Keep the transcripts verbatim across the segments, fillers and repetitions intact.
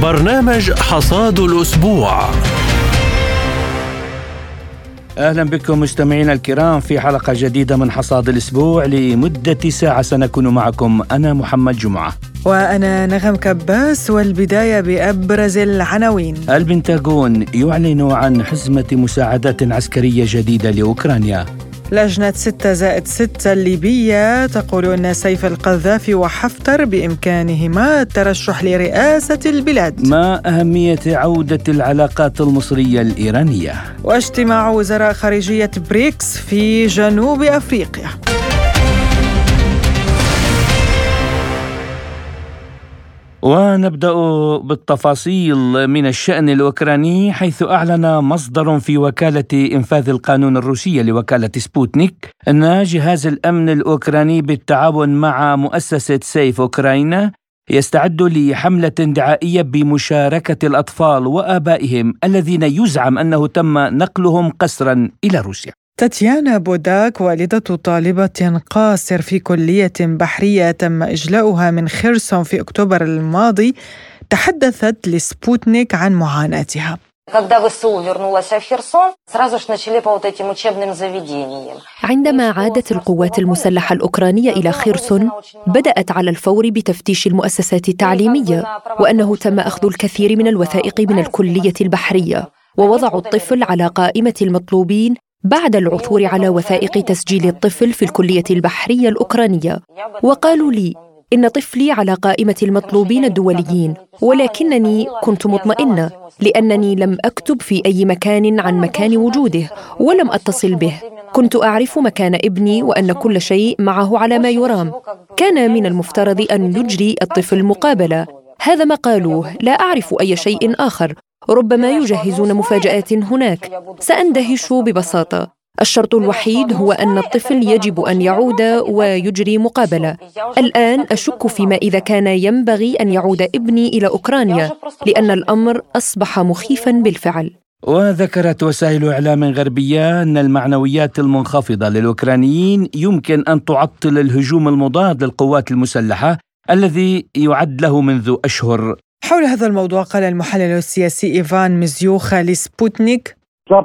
برنامج حصاد الأسبوع. أهلا بكم مستمعينا الكرام في حلقة جديدة من حصاد الأسبوع. لمدة ساعة سنكون معكم أنا محمد جمعة وأنا نغم كباس. والبداية بأبرز العناوين. البنتاغون يعلن عن حزمة مساعدات عسكرية جديدة لأوكرانيا. لجنة ستة زائد ستة الليبية تقول أن سيف القذافي وحفتر بإمكانهما الترشح لرئاسة البلاد. ما أهمية عودة العلاقات المصرية الإيرانية؟ واجتماع وزراء خارجية بريكس في جنوب أفريقيا. ونبدأ بالتفاصيل من الشأن الأوكراني، حيث أعلن مصدر في وكالة إنفاذ القانون الروسية لوكالة سبوتنيك أن جهاز الأمن الأوكراني بالتعاون مع مؤسسة سيف أوكراينا يستعد لحملة دعائية بمشاركة الأطفال وآبائهم الذين يزعم أنه تم نقلهم قسرا إلى روسيا. تاتيانا بوداك والدة طالبة قاصر في كلية بحرية تم إجلاؤها من خيرسون في أكتوبر الماضي تحدثت لسبوتنيك عن معاناتها. عندما عادت القوات المسلحة الأوكرانية إلى خيرسون بدأت على الفور بتفتيش المؤسسات التعليمية، وأنه تم أخذ الكثير من الوثائق من الكلية البحرية ووضعوا الطفل على قائمة المطلوبين بعد العثور على وثائق تسجيل الطفل في الكلية البحرية الأوكرانية. وقالوا لي إن طفلي على قائمة المطلوبين الدوليين، ولكنني كنت مطمئنة لأنني لم أكتب في أي مكان عن مكان وجوده ولم أتصل به. كنت أعرف مكان ابني وأن كل شيء معه على ما يرام. كان من المفترض أن يجري الطفل مقابلة. هذا ما قالوه، لا أعرف أي شيء آخر. ربما يجهزون مفاجآت هناك. سأندهش ببساطة. الشرط الوحيد هو أن الطفل يجب أن يعود ويجري مقابلة. الآن أشك فيما إذا كان ينبغي أن يعود ابني إلى أوكرانيا، لأن الأمر أصبح مخيفاً بالفعل. وذكرت وسائل إعلام غربية أن المعنويات المنخفضة للأوكرانيين يمكن أن تعطل الهجوم المضاد للقوات المسلحة الذي يعد له منذ أشهر. حول هذا الموضوع قال المحلل السياسي إيفان مزيوخا لسبوتنيك: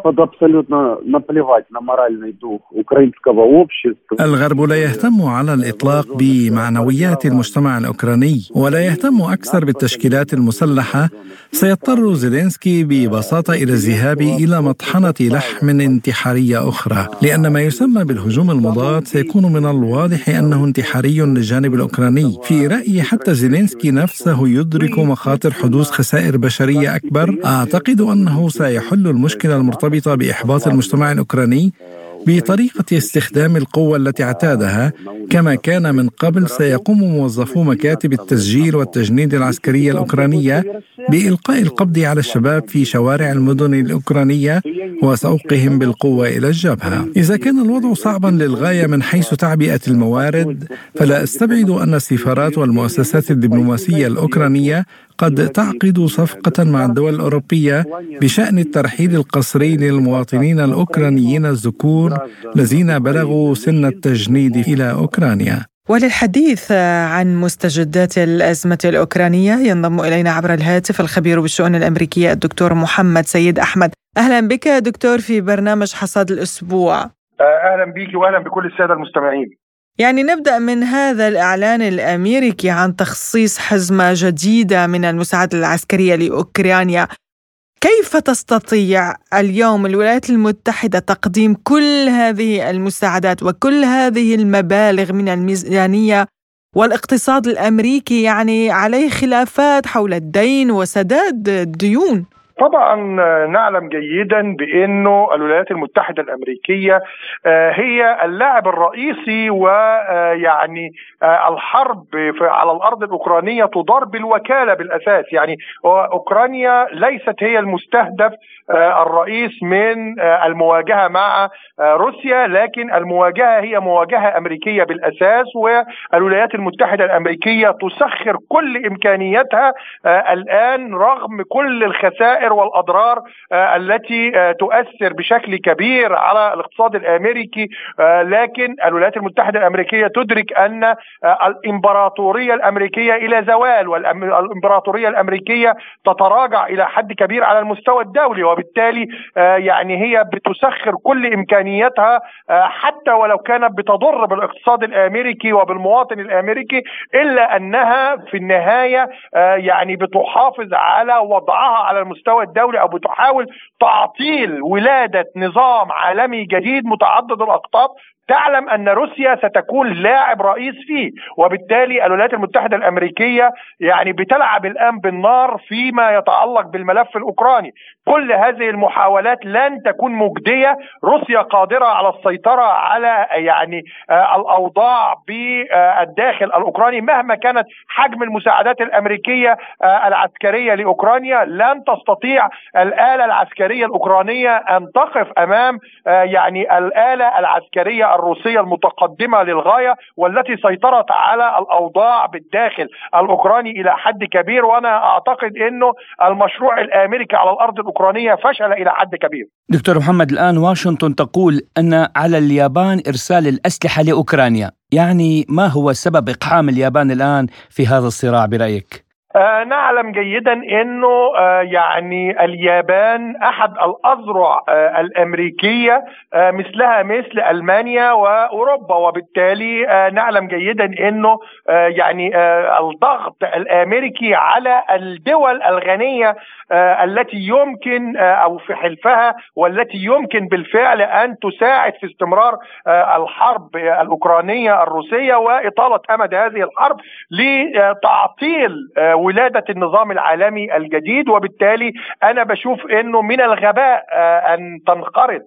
الغرب لا يهتم على الإطلاق بمعنويات المجتمع الأوكراني ولا يهتم أكثر بالتشكيلات المسلحة. سيضطر زيلينسكي ببساطة إلى الذهاب إلى مطحنة لحم انتحارية أخرى، لأن ما يسمى بالهجوم المضاد سيكون من الواضح أنه انتحاري للجانب الأوكراني. في رأيي حتى زيلينسكي نفسه يدرك مخاطر حدوث خسائر بشرية أكبر. أعتقد أنه سيحل المشكلة المرتبطة بإحباط المجتمع الأوكراني بطريقة استخدام القوة التي اعتادها. كما كان من قبل، سيقوم موظفو مكاتب التسجيل والتجنيد العسكرية الأوكرانية بإلقاء القبض على الشباب في شوارع المدن الأوكرانية وسوقهم بالقوة إلى الجبهة. إذا كان الوضع صعبا للغاية من حيث تعبئة الموارد، فلا أستبعد أن السفارات والمؤسسات الدبلوماسية الأوكرانية قد تعقد صفقة مع الدول الأوروبية بشأن الترحيل القسري للمواطنين الأوكرانيين الذكور الذين بلغوا سن التجنيد إلى أوكرانيا. وللحديث عن مستجدات الأزمة الأوكرانية ينضم إلينا عبر الهاتف الخبير بالشؤون الأمريكية الدكتور محمد سيد أحمد. أهلا بك دكتور في برنامج حصاد الأسبوع. أهلا بك وأهلا بكل السادة المستمعين. يعني نبدأ من هذا الإعلان الأمريكي عن تخصيص حزمة جديدة من المساعدة العسكرية لأوكرانيا. كيف تستطيع اليوم الولايات المتحدة تقديم كل هذه المساعدات وكل هذه المبالغ من الميزانية والاقتصاد الأمريكي يعني عليه خلافات حول الدين وسداد الديون؟ طبعا نعلم جيدا بأنه الولايات المتحدة الأمريكية هي اللاعب الرئيسي، ويعني الحرب على الأرض الأوكرانية تدار بالوكالة بالأساس. يعني أوكرانيا ليست هي المستهدف الرئيس من المواجهة مع روسيا، لكن المواجهة هي مواجهة أمريكية بالأساس، والولايات المتحدة الأمريكية تسخر كل إمكانياتها الآن رغم كل الخسائر والأضرار التي تؤثر بشكل كبير على الاقتصاد الأمريكي. لكن الولايات المتحدة الأمريكية تدرك أن الإمبراطورية الأمريكية إلى زوال، والإمبراطورية الأمريكية تتراجع إلى حد كبير على المستوى الدولي، وبالتالي يعني هي بتسخر كل إمكانياتها حتى ولو كانت بتضر بالاقتصاد الأمريكي وبالمواطن الأمريكي، إلا أنها في النهاية يعني بتحافظ على وضعها على المستوى الدولي، أو بتحاول تعطيل ولادة نظام عالمي جديد متعدد الأقطاب تعلم أن روسيا ستكون لاعب رئيس فيه. وبالتالي الولايات المتحدة الأمريكية يعني بتلعب الآن بالنار فيما يتعلق بالملف الأوكراني. كل هذه المحاولات لن تكون مجدية. روسيا قادرة على السيطرة على يعني الأوضاع بالداخل الأوكراني مهما كانت حجم المساعدات الأمريكية العسكرية لأوكرانيا. لن تستطيع الآلة العسكرية الأوكرانية أن تقف أمام يعني الآلة العسكرية الروسية المتقدمة للغاية، والتي سيطرت على الأوضاع بالداخل الأوكراني إلى حد كبير. وأنا أعتقد أنه المشروع الأمريكي على الأرض الأوكرانية فشل إلى حد كبير. دكتور محمد، الآن واشنطن تقول أن على اليابان إرسال الأسلحة لأوكرانيا، يعني ما هو سبب إقحام اليابان الآن في هذا الصراع برأيك؟ آه نعلم جيدا أنه آه يعني اليابان أحد الأذرع آه الأمريكية آه مثلها مثل ألمانيا وأوروبا، وبالتالي آه نعلم جيدا أنه آه يعني آه الضغط الأمريكي على الدول الغنية آه التي يمكن آه أو في حلفها والتي يمكن بالفعل أن تساعد في استمرار آه الحرب الأوكرانية الروسية وإطالة أمد هذه الحرب لتعطيل آه ولادة النظام العالمي الجديد. وبالتالي أنا بشوف أنه من الغباء أن تنخرط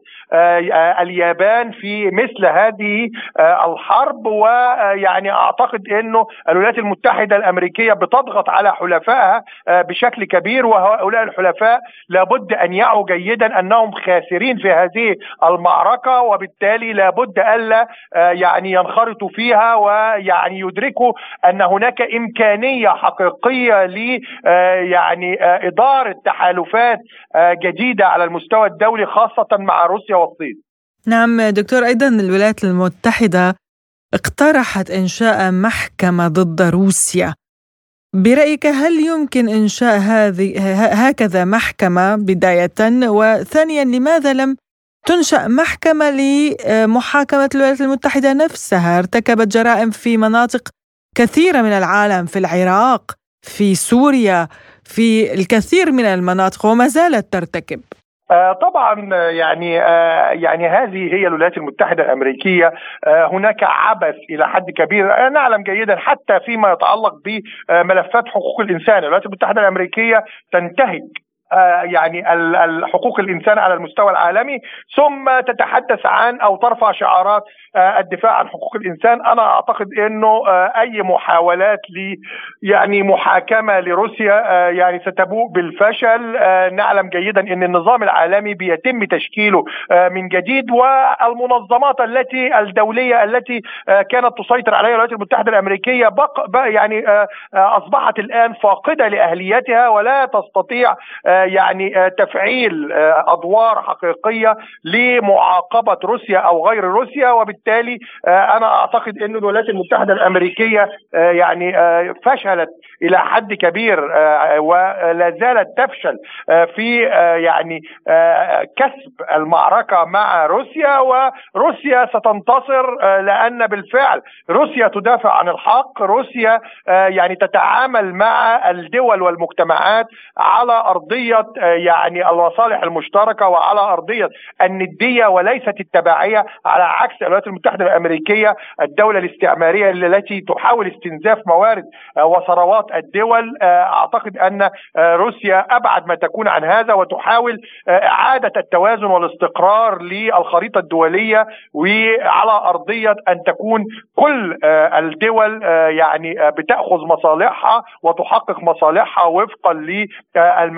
اليابان في مثل هذه الحرب. ويعني أعتقد أنه الولايات المتحدة الأمريكية بتضغط على حلفائها بشكل كبير، وهؤلاء الحلفاء لابد أن يعوا جيدا أنهم خاسرين في هذه المعركة، وبالتالي لابد ألا يعني ينخرطوا فيها، ويعني يدركوا أن هناك إمكانية حقيقية ل يعني إدارة تحالفات جديدة على المستوى الدولي خاصة مع روسيا والصين. نعم دكتور، أيضا الولايات المتحدة اقترحت إنشاء محكمة ضد روسيا. برأيك هل يمكن إنشاء هذه هكذا محكمة بداية؟ وثانيا، لماذا لم تنشأ محكمة لمحاكمة الولايات المتحدة نفسها؟ ارتكبت جرائم في مناطق كثيرة من العالم، في العراق، في سوريا، في الكثير من المناطق، وما زالت ترتكب. آه طبعا يعني آه يعني هذه هي الولايات المتحدة الأمريكية. آه هناك عبث إلى حد كبير. آه نعلم جيدا حتى فيما يتعلق بملفات حقوق الإنسان الولايات المتحدة الأمريكية تنتهك يعني الحقوق الإنسان على المستوى العالمي، ثم تتحدث عن أو ترفع شعارات الدفاع عن حقوق الإنسان. أنا أعتقد أنه أي محاولات ل يعني محاكمة لروسيا يعني ستبوء بالفشل. نعلم جيدا أن النظام العالمي بيتم تشكيله من جديد، والمنظمات التي الدولية التي كانت تسيطر عليها الولايات المتحدة الأمريكية بقى يعني أصبحت الآن فاقدة لأهليتها، ولا تستطيع يعني تفعيل أدوار حقيقية لمعاقبة روسيا أو غير روسيا. وبالتالي أنا أعتقد أن الولايات المتحدة الأمريكية يعني فشلت إلى حد كبير ولا زالت تفشل في يعني كسب المعركة مع روسيا، وروسيا ستنتصر لأن بالفعل روسيا تدافع عن الحق. روسيا يعني تتعامل مع الدول والمجتمعات على أرضية يعني المصالح المشتركة وعلى أرضية الندية وليست التبعية، على عكس الولايات المتحدة الأمريكية الدولة الاستعمارية التي تحاول استنزاف موارد وثروات الدول. أعتقد أن روسيا أبعد ما تكون عن هذا، وتحاول إعادة التوازن والاستقرار للخريطة الدولية، وعلى أرضية أن تكون كل الدول يعني بتأخذ مصالحها وتحقق مصالحها وفقا للمنافع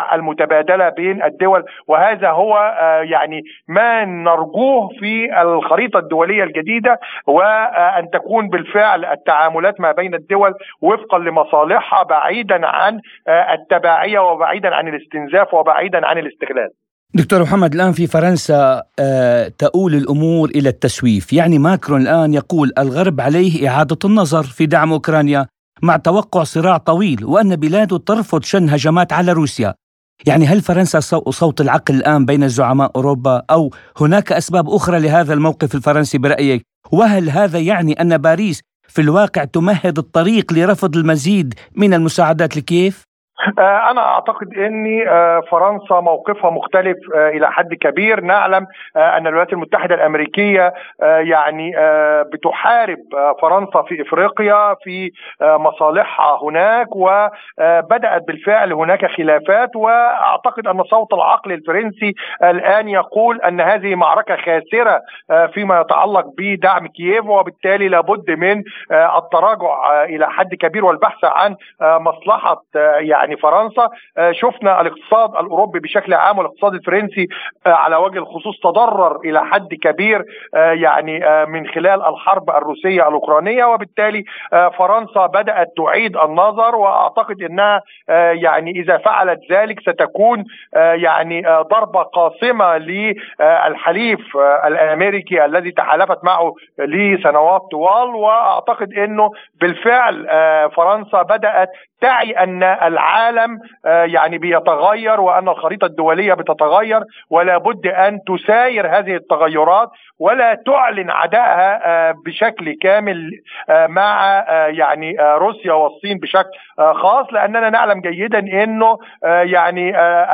السلع المتبادلة بين الدول، وهذا هو يعني ما نرجوه في الخريطة الدولية الجديدة، وأن تكون بالفعل التعاملات ما بين الدول وفقا لمصالحها بعيدا عن التبعية وبعيدا عن الاستنزاف وبعيدا عن الاستغلال. دكتور محمد، الآن في فرنسا تؤول الأمور إلى التسويف، يعني ماكرون الآن يقول الغرب عليه إعادة النظر في دعم أوكرانيا مع توقع صراع طويل، وأن بلاده ترفض شن هجمات على روسيا. يعني هل فرنسا صوت العقل الآن بين زعماء أوروبا، أو هناك أسباب أخرى لهذا الموقف الفرنسي برأيك؟ وهل هذا يعني أن باريس في الواقع تمهد الطريق لرفض المزيد من المساعدات لكييف؟ أنا أعتقد أن فرنسا موقفها مختلف إلى حد كبير. نعلم أن الولايات المتحدة الأمريكية يعني بتحارب فرنسا في إفريقيا في مصالحها هناك، وبدأت بالفعل هناك خلافات، وأعتقد أن صوت العقل الفرنسي الآن يقول أن هذه معركة خاسرة فيما يتعلق بدعم كييف، وبالتالي لابد من التراجع إلى حد كبير والبحث عن مصلحة يعني يعني فرنسا. شفنا الاقتصاد الأوروبي بشكل عام والاقتصاد الفرنسي على وجه الخصوص تضرر إلى حد كبير يعني من خلال الحرب الروسية الأوكرانية، وبالتالي فرنسا بدأت تعيد النظر، وأعتقد أنها يعني إذا فعلت ذلك ستكون يعني ضربة قاصمة للحليف الأمريكي الذي تحالفت معه لسنوات طوال. وأعتقد أنه بالفعل فرنسا بدأت تعي أن العالم يعني بيتغير وأن الخريطة الدولية بتتغير، ولا بد أن تساير هذه التغيرات ولا تعلن عدائها بشكل كامل مع يعني روسيا والصين بشكل خاص، لأننا نعلم جيدا أنه يعني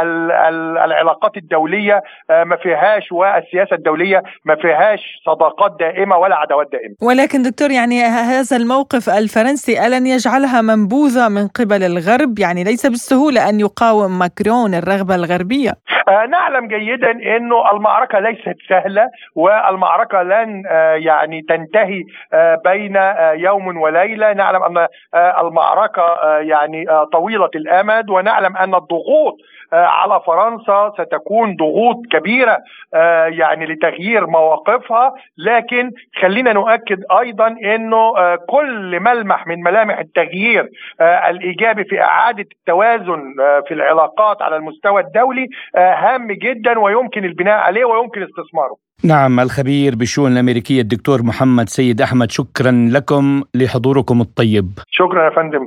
العلاقات الدولية ما فيهاش والسياسة الدولية ما فيهاش صداقات دائمة ولا عداوات دائمة. ولكن دكتور، يعني هذا الموقف الفرنسي ألن يجعلها منبوذة من قبل الغرب؟ يعني ليس بالسهولة أن يقاوم ماكرون الرغبة الغربية. آه نعلم جيدا أنه المعركة ليست سهلة، والمعركة لن آه يعني تنتهي آه بين آه يوم وليلة. نعلم أن آه المعركة آه يعني آه طويلة الأمد، ونعلم أن الضغوط آه على فرنسا ستكون ضغوط كبيرة آه يعني لتغيير مواقفها. لكن خلينا نؤكد أيضا أنه آه كل ملمح من ملامح التغيير آه الإيجابي في إعادة التوازن آه في العلاقات على المستوى الدولي آه هام جدا، ويمكن البناء عليه ويمكن استثماره. نعم، الخبير بالشؤون الأمريكية الدكتور محمد سيد أحمد، شكرا لكم لحضوركم الطيب. شكرا يا فندم.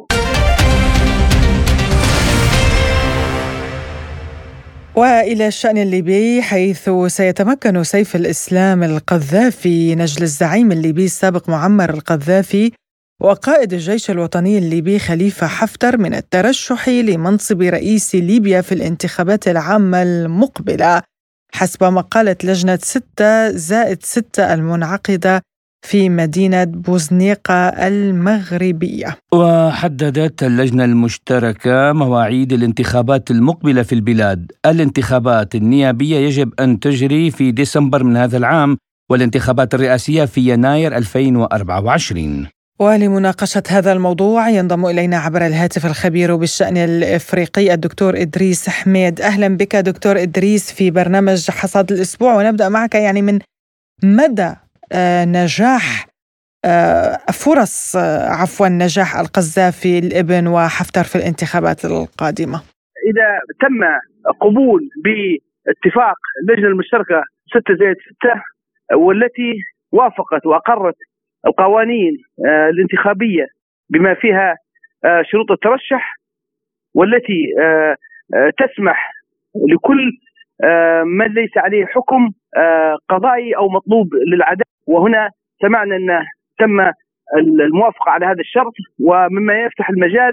وإلى الشأن الليبي، حيث سيتمكن سيف الإسلام القذافي نجل الزعيم الليبي السابق معمر القذافي وقائد الجيش الوطني الليبي خليفة حفتر من الترشح لمنصب رئيس ليبيا في الانتخابات العامة المقبلة، حسب مقالة لجنة ستة زائد ستة المنعقدة في مدينة بوزنيقة المغربية. وحددت اللجنة المشتركة مواعيد الانتخابات المقبلة في البلاد. الانتخابات النيابية يجب أن تجري في ديسمبر من هذا العام، والانتخابات الرئاسية في يناير ألفين وأربعة وعشرين. ولمناقشة هذا الموضوع ينضم إلينا عبر الهاتف الخبير بالشأن الإفريقي الدكتور إدريس حميد. أهلا بك دكتور إدريس في برنامج حصاد الأسبوع، ونبدأ معك يعني من مدى آه نجاح آه فرص آه عفوا نجاح القذافي الابن وحفتر في الانتخابات القادمة. إذا تم قبول باتفاق اللجنة المشتركة ستة زائد ستة والتي وافقت وأقرت القوانين الانتخابية بما فيها شروط الترشح، والتي تسمح لكل من ليس عليه حكم قضائي أو مطلوب للعدالة، وهنا سمعنا أن تم الموافقة على هذا الشرط، ومما يفتح المجال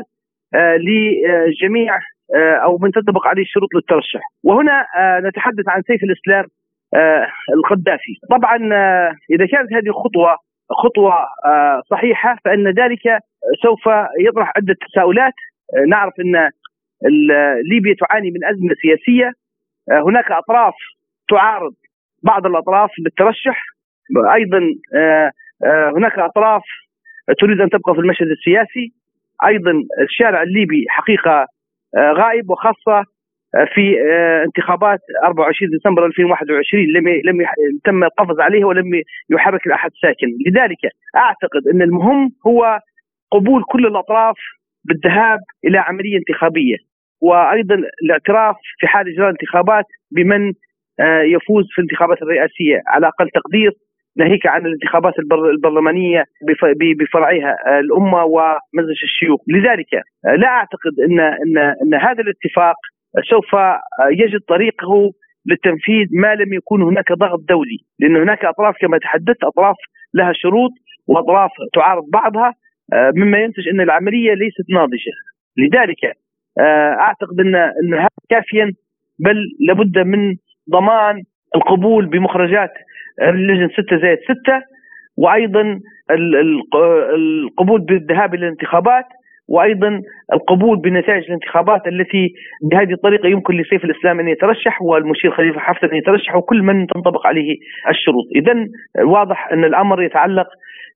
لجميع أو من تطبق عليه الشروط للترشح. وهنا نتحدث عن سيف الإسلام القذافي. طبعا إذا كانت هذه الخطوة خطوة صحيحة فإن ذلك سوف يطرح عدة تساؤلات. نعرف أن ليبيا تعاني من أزمة سياسية، هناك أطراف تعارض بعض الأطراف للترشح، أيضا هناك أطراف تريد أن تبقى في المشهد السياسي، أيضا الشارع الليبي حقيقة غائب، وخاصة في انتخابات أربعة وعشرين ديسمبر ألفين وواحد وعشرين لم لم تم القفز عليها ولم يحرك الأحد ساكن. لذلك أعتقد أن المهم هو قبول كل الأطراف بالذهاب إلى عملية انتخابية، وأيضا الاعتراف في حال إجراء انتخابات بمن يفوز في الانتخابات الرئاسية على أقل تقدير، ناهيك عن الانتخابات البرلمانية بفرعها الأمة ومجلس الشيوخ. لذلك لا أعتقد أن أن أن هذا الاتفاق سوف يجد طريقه للتنفيذ ما لم يكون هناك ضغط دولي، لأن هناك أطراف كما تحدثت أطراف لها شروط وأطراف تعارض بعضها، مما ينتج أن العملية ليست ناضجة. لذلك أعتقد أن أن هذا كافيا، بل لابد من ضمان القبول بمخرجات اللجنة ستة زائد ستة، وأيضا القبول بالذهاب إلى الانتخابات، وأيضا القبول بنتائج الانتخابات التي بهذه الطريقة يمكن لسيف الإسلام أن يترشح والمشير خليفة حفتر أن يترشح وكل من تنطبق عليه الشروط. إذن واضح أن الأمر يتعلق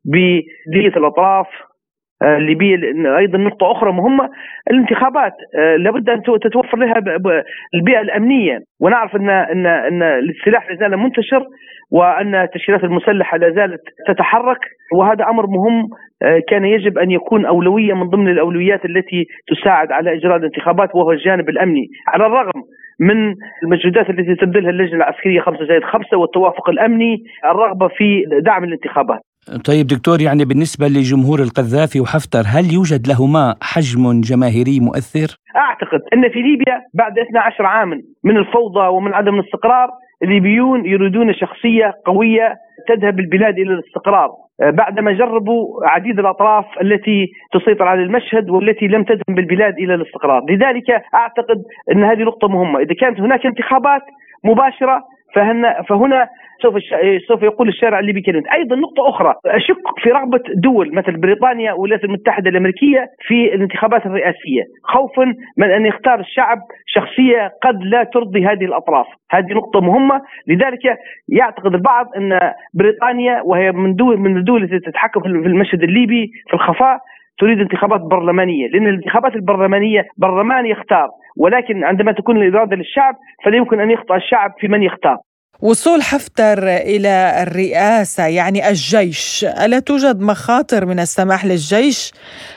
بدية الأطراف الليبية. أيضا نقطة أخرى مهمة، الانتخابات لابد أن تتوفر لها البيئة الأمنية، ونعرف أن أن أن السلاح لا زال منتشر وأن التشكيلات المسلحة لا زالت تتحرك، وهذا أمر مهم كان يجب أن يكون أولوية من ضمن الأولويات التي تساعد على إجراء الانتخابات، وهو الجانب الأمني، على الرغم من المجهودات التي تبذلها اللجنة العسكرية خمسة زائد خمسة والتوافق الأمني، الرغبة في دعم الانتخابات. طيب دكتور، يعني بالنسبة لجمهور القذافي وحفتر، هل يوجد لهما حجم جماهيري مؤثر؟ أعتقد أن في ليبيا بعد اثني عشر عاما من الفوضى ومن عدم الاستقرار، الليبيون يريدون شخصية قوية تذهب البلاد إلى الاستقرار، بعدما جربوا عديد الأطراف التي تسيطر على المشهد والتي لم تذهب بالبلاد إلى الاستقرار. لذلك أعتقد أن هذه نقطة مهمة. إذا كانت هناك انتخابات مباشرة فهنا, فهنا سوف سوف يقول الشارع الليبي كلمة. أيضا نقطة أخرى، أشك في رغبة دول مثل بريطانيا والولايات المتحدة الأمريكية في الانتخابات الرئاسية، خوفا من أن يختار الشعب شخصية قد لا ترضي هذه الأطراف. هذه نقطة مهمة. لذلك يعتقد البعض أن بريطانيا، وهي من دول من الدول التي تتحكم في المشهد الليبي في الخفاء، تريد انتخابات برلمانية، لأن الانتخابات البرلمانية برلمان يختار، ولكن عندما تكون الإرادة للشعب فلا يمكن أن يخطأ الشعب في من يختار. وصول حفتر إلى الرئاسة يعني الجيش، ألا توجد مخاطر من السماح للجيش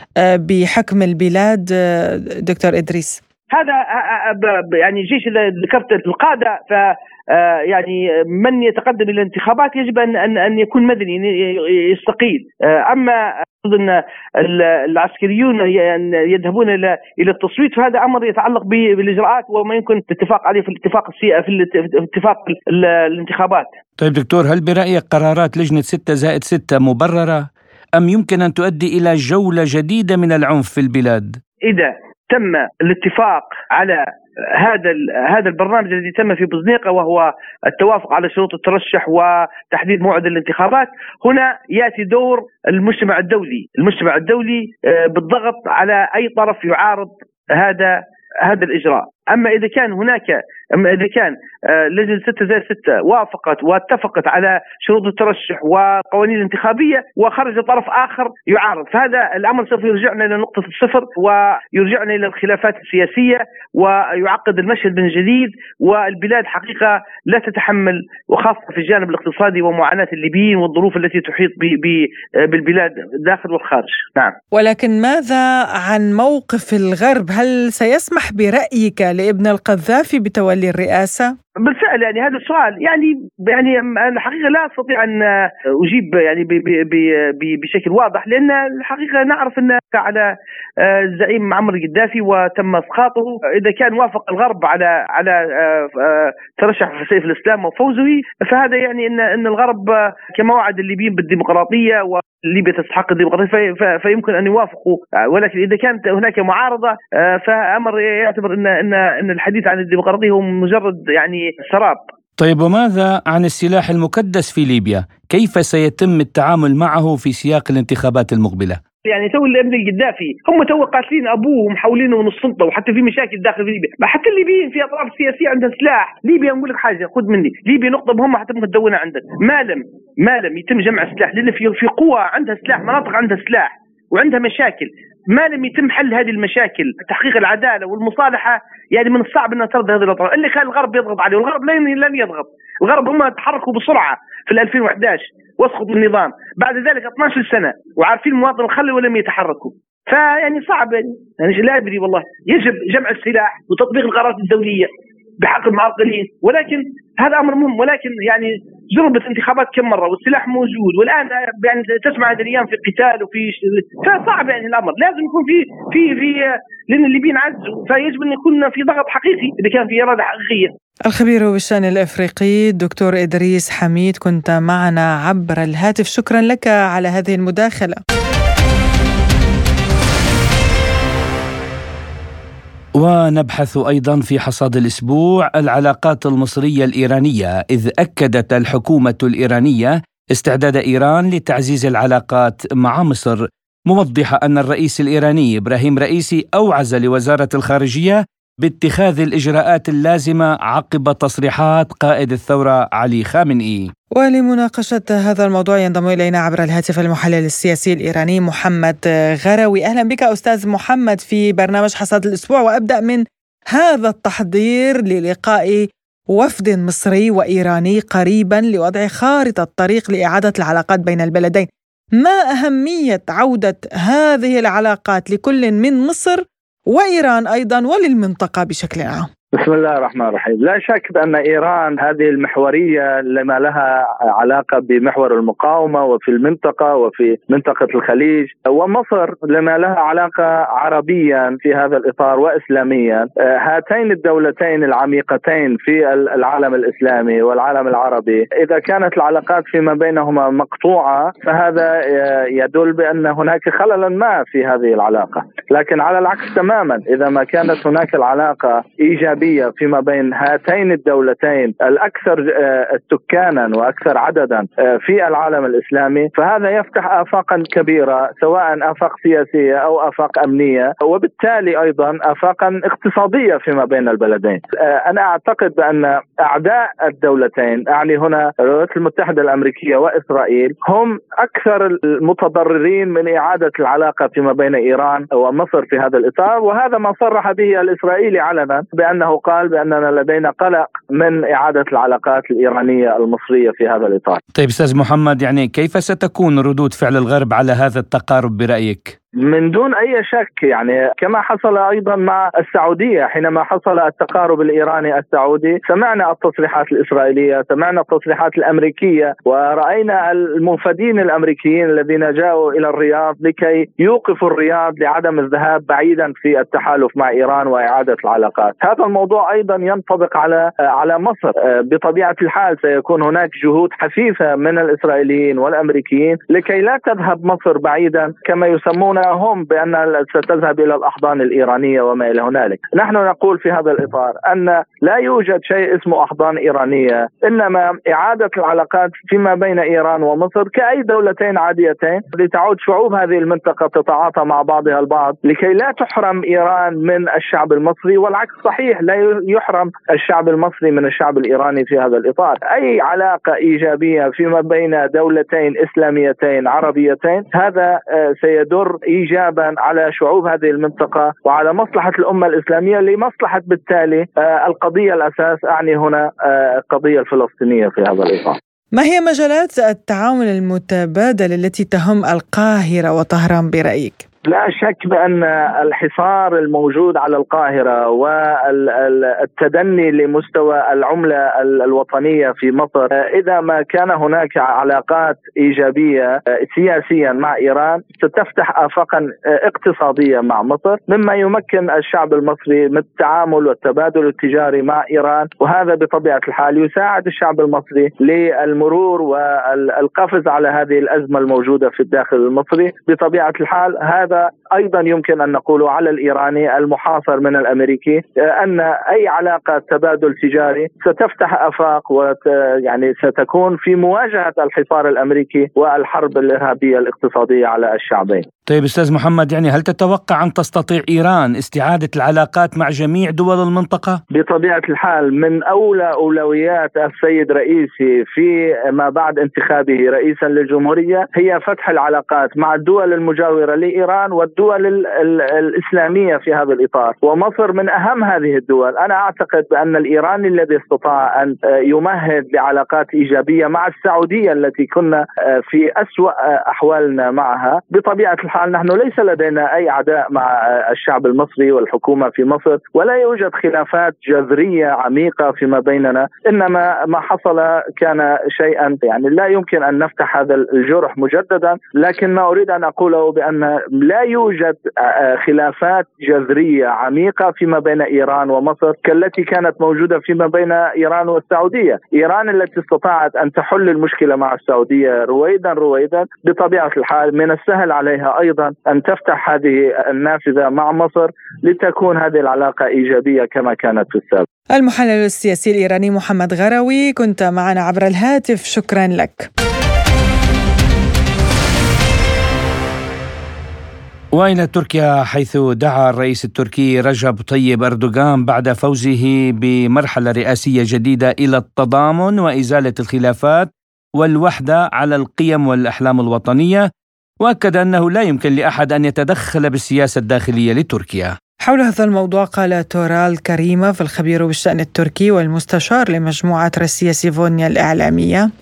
بحكم البلاد دكتور إدريس؟ هذا يعني الجيش إذا ذكرت القادة، ف يعني من يتقدم إلى الانتخابات يجب أن أن أن يكون مدني يستقيل. أما أن العسكريون يذهبون إلى إلى التصويت، فهذا أمر يتعلق بالإجراءات وما يمكن الاتفاق عليه في الاتفاق السياسي في الاتفاق الانتخابات. طيب دكتور، هل برأيك قرارات لجنة ستة زائد ستة مبررة أم يمكن أن تؤدي إلى جولة جديدة من العنف في البلاد؟ إذا تم الاتفاق على هذا هذا البرنامج الذي تم في بوزنيقة، وهو التوافق على شروط الترشح وتحديد موعد الانتخابات، هنا يأتي دور المجتمع الدولي المجتمع الدولي بالضغط على أي طرف يعارض هذا هذا الإجراء. أما إذا كان هناك أما إذا كان لجنة ستة زائد ستة وافقت واتفقت على شروط الترشح وقوانين الانتخابية وخرج طرف آخر يعارض، فهذا الأمر سوف يرجعنا إلى نقطة الصفر ويرجعنا إلى الخلافات السياسية ويعقد المشهد من جديد، والبلاد حقيقة لا تتحمل، وخاصة في الجانب الاقتصادي ومعاناة الليبيين والظروف التي تحيط بالبلاد داخل والخارج. نعم. ولكن ماذا عن موقف الغرب؟ هل سيسمح برأيك لابن القذافي بتولي الرئاسة؟ بالفعل يعني هذا السؤال يعني يعني الحقيقة لا أستطيع أن أجيب يعني بشكل واضح، لأن الحقيقة نعرف أن على الزعيم معمر القذافي وتم إسقاطه. إذا كان وافق الغرب على على ترشح سيف الإسلام وفوزه، فهذا يعني أن أن الغرب كما وعد الليبيين بالديمقراطية وليبيا تستحق الديمقراطية فيمكن أن يوافقوا، ولكن إذا كانت هناك معارضة فأمر يعتبر أن أن أن الحديث عن الديمقراطية هو مجرد يعني سراب. طيب، وماذا عن السلاح المكدس في ليبيا؟ كيف سيتم التعامل معه في سياق الانتخابات المقبلة؟ يعني تو الابن القذافي هم تو قاتلين ابوه ومحولينه من السلطه، وحتى في مشاكل داخل ليبيا، حتى الليبيين في اطراف سياسيه عندها سلاح. ليبيا نقول لك حاجه، خذ مني، ليبيا نقطه مهمه حتى ممكن تدونها عندك، ما لم ما لم يتم جمع سلاح، لان في في قوى عندها سلاح، مناطق عندها سلاح وعندها مشاكل، ما لم يتم حل هذه المشاكل تحقيق العدالة والمصالحة، يعني من الصعب أن ترضى هذه الأطراف. اللي كان الغرب يضغط عليه، والغرب لن لن يضغط. الغرب هم تحركوا بسرعة في ألفين وأحد عشر واسقطوا النظام، بعد ذلك اثنتي عشرة سنة وعارفين المواطن الخلي ولم يتحركوا. فيعني صعب، يعني, يعني لا أدري والله. يجب جمع السلاح وتطبيق القرارات الدولية بحق المعرقلين، ولكن هذا أمر مهم. ولكن يعني جربت انتخابات كم مرة والسلاح موجود، والآن يعني تسمع هذه الأيام في قتال وفي فصعب يعني الأمر. لازم يكون في في في لأن الليبيين عزوا، فيجب أن يكون في ضغط حقيقي إذا كان في إرادة حقيقية. الخبير بالشأن الأفريقي الدكتور إدريس حميد، كنت معنا عبر الهاتف. شكرا لك على هذه المداخلة. ونبحث أيضا في حصاد الأسبوع العلاقات المصرية الإيرانية، إذ أكدت الحكومة الإيرانية استعداد إيران لتعزيز العلاقات مع مصر، موضحة أن الرئيس الإيراني إبراهيم رئيسي أوعز لوزارة الخارجية باتخاذ الإجراءات اللازمة عقب تصريحات قائد الثورة علي خامنئي. ولمناقشة هذا الموضوع ينضم إلينا عبر الهاتف المحلل السياسي الإيراني محمد غروي. أهلا بك أستاذ محمد في برنامج حصاد الأسبوع. وأبدأ من هذا التحضير للقاء وفد مصري وإيراني قريبا لوضع خارطة طريق لإعادة العلاقات بين البلدين. ما أهمية عودة هذه العلاقات لكل من مصر وإيران أيضا وللمنطقة بشكل عام؟ بسم الله الرحمن الرحيم. لا شك بأن إيران هذه المحورية لما لها علاقة بمحور المقاومة وفي المنطقة وفي منطقة الخليج، ومصر لما لها علاقة عربيا في هذا الإطار وإسلاميا. هاتين الدولتين العميقتين في العالم الإسلامي والعالم العربي إذا كانت العلاقات فيما بينهما مقطوعة فهذا يدل بأن هناك خللا ما في هذه العلاقة. لكن على العكس تماما، إذا ما كانت هناك العلاقة إيجابية فيما بين هاتين الدولتين الأكثر سكانا وأكثر عددا في العالم الإسلامي، فهذا يفتح آفاقا كبيرة، سواء آفاق سياسية أو آفاق أمنية، وبالتالي أيضا آفاقا اقتصادية فيما بين البلدين. أنا أعتقد بأن أعداء الدولتين، أعني هنا الولايات المتحدة الأمريكية وإسرائيل، هم أكثر المتضررين من إعادة العلاقة فيما بين إيران ومصر في هذا الإطار. وهذا ما صرح به الإسرائيلي علنا بأنه قال بأننا لدينا قلق من إعادة العلاقات الإيرانية المصرية في هذا الإطار. طيب أستاذ محمد، يعني كيف ستكون ردود فعل الغرب على هذا التقارب برأيك؟ من دون أي شك، يعني كما حصل أيضا مع السعودية حينما حصل التقارب الإيراني السعودي، سمعنا التصريحات الإسرائيلية، سمعنا التصريحات الأمريكية، ورأينا الموفدين الأمريكيين الذين جاءوا إلى الرياض لكي يوقفوا الرياض لعدم الذهاب بعيدا في التحالف مع إيران وإعادة العلاقات. هذا الموضوع أيضا ينطبق على على مصر. بطبيعة الحال سيكون هناك جهود حثيثة من الإسرائيليين والأمريكيين لكي لا تذهب مصر بعيدا كما يسمون هم بأن ستذهب إلى الأحضان الإيرانية وما إلى هنالك. نحن نقول في هذا الإطار أن لا يوجد شيء اسمه أحضان إيرانية، إنما إعادة العلاقات فيما بين إيران ومصر كأي دولتين عاديتين لتعود شعوب هذه المنطقة تتعاطى مع بعضها البعض، لكي لا تحرم إيران من الشعب المصري، والعكس صحيح، لا يحرم الشعب المصري من الشعب الإيراني في هذا الإطار. أي علاقة إيجابية فيما بين دولتين إسلاميتين عربيتين هذا سيدر إيجابا على شعوب هذه المنطقة وعلى مصلحة الأمة الإسلامية، لمصلحة بالتالي القضية الأساس، أعني هنا القضية الفلسطينية في هذا الإطار. ما هي مجالات التعاون المتبادل التي تهم القاهرة وطهران برأيك؟ لا شك بأن الحصار الموجود على القاهرة والتدني لمستوى العملة الوطنية في مصر، إذا ما كان هناك علاقات إيجابية سياسيا مع إيران ستفتح آفاقا اقتصادية مع مصر، مما يمكن الشعب المصري من التعامل والتبادل التجاري مع إيران، وهذا بطبيعة الحال يساعد الشعب المصري للمرور والقفز على هذه الأزمة الموجودة في الداخل المصري. بطبيعة الحال هذا أيضا يمكن أن نقول على الإيراني المحاصر من الأمريكي، أن أي علاقة تبادل تجاري ستفتح آفاق ويعني ستكون في مواجهة الحصار الأمريكي والحرب الإرهابية الاقتصادية على الشعبين. طيب أستاذ محمد، يعني هل تتوقع أن تستطيع إيران استعادة العلاقات مع جميع دول المنطقة؟ بطبيعة الحال من أولى أولويات السيد رئيسي في ما بعد انتخابه رئيسا للجمهورية هي فتح العلاقات مع الدول المجاورة لإيران والدول ال ال الإسلامية في هذا الإطار، ومصر من أهم هذه الدول. أنا أعتقد بأن الإيراني الذي استطاع أن يمهد لعلاقات إيجابية مع السعودية التي كنا في أسوأ أحوالنا معها، بطبيعة الحال نحن ليس لدينا أي عداء مع الشعب المصري والحكومة في مصر، ولا يوجد خلافات جذرية عميقة فيما بيننا، إنما ما حصل كان شيئا يعني لا يمكن أن نفتح هذا الجرح مجددا. لكن ما أريد أن أقوله بأن لا يوجد خلافات جذرية عميقة فيما بين إيران ومصر كالتي كانت موجودة فيما بين إيران والسعودية. إيران التي استطاعت أن تحل المشكلة مع السعودية رويدا رويدا، بطبيعة الحال من السهل عليها أيضا أن تفتح هذه النافذة مع مصر لتكون هذه العلاقة إيجابية كما كانت في السابق. المحلل السياسي الإيراني محمد غروي، كنت معنا عبر الهاتف، شكرا لك. وإلى تركيا، حيث دعا الرئيس التركي رجب طيب أردوغان بعد فوزه بمرحلة رئاسية جديدة إلى التضامن وإزالة الخلافات والوحدة على القيم والأحلام الوطنية، وأكد أنه لا يمكن لأحد أن يتدخل بالسياسة الداخلية لتركيا. حول هذا الموضوع قال تورال كريمة، الخبير بالشأن التركي والمستشار لمجموعة روسيا سيفونيا الإعلامية: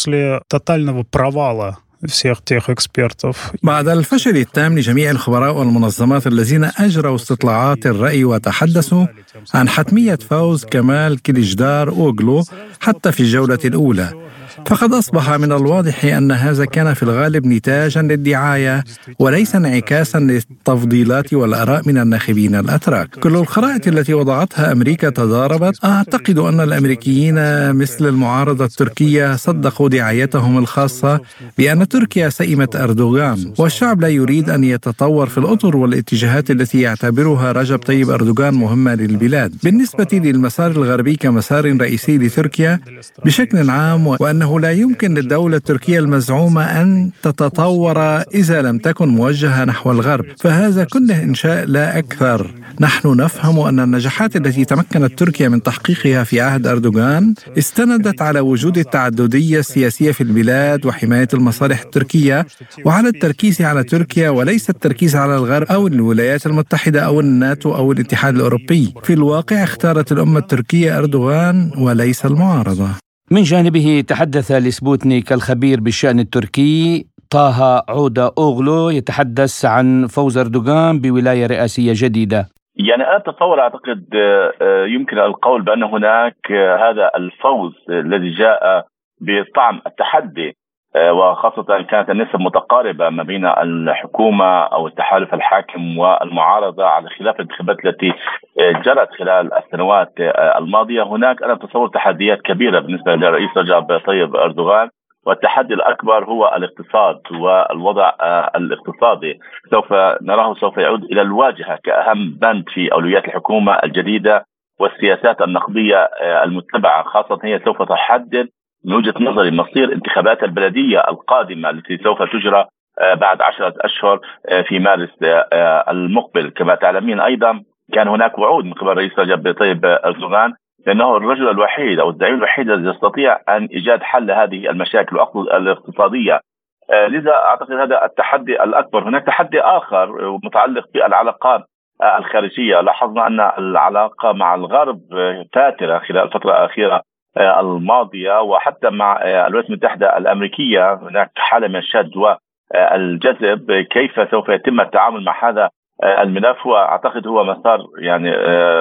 بعد الفشل التام لجميع الخبراء والمنظمات الذين أجروا استطلاعات الرأي وتحدثوا عن حتمية فوز كمال كليجدار أوغلو حتى في الجولة الأولى، فقد أصبح من الواضح أن هذا كان في الغالب نتاجا للدعاية وليس انعكاسا للتفضيلات والآراء من الناخبين الأتراك. كل الخرائط التي وضعتها أمريكا تضاربت. أعتقد أن الأمريكيين مثل المعارضة التركية صدقوا دعايتهم الخاصة بأن تركيا سئمت أردوغان، والشعب لا يريد أن يتطور في الأطر والاتجاهات التي يعتبرها رجب طيب أردوغان مهمة للبلاد. بالنسبة للمسار الغربي كمسار رئيسي لتركيا بشكل عام، وأنه لا يمكن للدولة التركية المزعومة أن تتطور إذا لم تكن موجهة نحو الغرب، فهذا كله إنشاء لا أكثر. نحن نفهم أن النجاحات التي تمكنت تركيا من تحقيقها في عهد أردوغان استندت على وجود التعددية السياسية في البلاد وحماية المصالح التركية، وعلى التركيز على تركيا وليس التركيز على الغرب أو الولايات المتحدة أو الناتو أو الاتحاد الأوروبي. في الواقع اختارت الأمة التركية أردوغان وليس المعارضة. من جانبه تحدث لسبوتنيك الخبير بالشأن التركي طه عودة أوغلو، يتحدث عن فوز أردوغان بولاية رئاسية جديدة. يعني أنا أتصور أعتقد يمكن القول بأن هناك هذا الفوز الذي جاء بطعم التحدي، وخاصة كانت النسب متقاربة ما بين الحكومة أو التحالف الحاكم والمعارضة على خلاف الانتخابات التي جرت خلال السنوات الماضية. هناك أنا أتصور تحديات كبيرة بالنسبة للرئيس رجب طيب أردوغان، والتحدي الأكبر هو الاقتصاد والوضع الاقتصادي. سوف نراه سوف يعود إلى الواجهة كأهم بند في أولويات الحكومة الجديدة، والسياسات النقدية المتبعة خاصة هي سوف تحدد من وجهة نظري مصير انتخابات البلدية القادمة التي سوف تجرى بعد عشرة أشهر في مارس المقبل. كما تعلمين أيضا كان هناك وعود من قبل الرئيس رجب طيب أردوغان لأنه الرجل الوحيد أو الزعيم الوحيد الذي يستطيع أن إيجاد حل هذه المشاكل الاقتصادية. لذا أعتقد هذا التحدي الأكبر. هناك تحدي آخر متعلق بالعلاقات الخارجية. لاحظنا أن العلاقة مع الغرب فاترة خلال الفترة الأخيرة الماضية، وحتى مع الولايات المتحدة الأمريكية هناك حالة من الشد والجذب. كيف سوف يتم التعامل مع هذا الملف؟ وأعتقد هو مسار يعني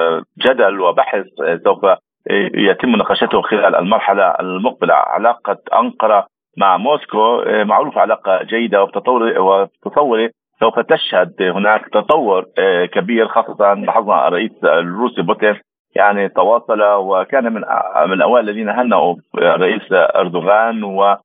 جدل وبحث سوف يتم نقاشته خلال المرحلة المقبلة. علاقة أنقرة مع موسكو معروف علاقة جيدة، وتصوري سوف تشهد هناك تطور كبير، خاصة لاحظنا الرئيس الروسي بوتين يعني تواصل وكان من من الأوائل الذين هنأوا الرئيس أردوغان.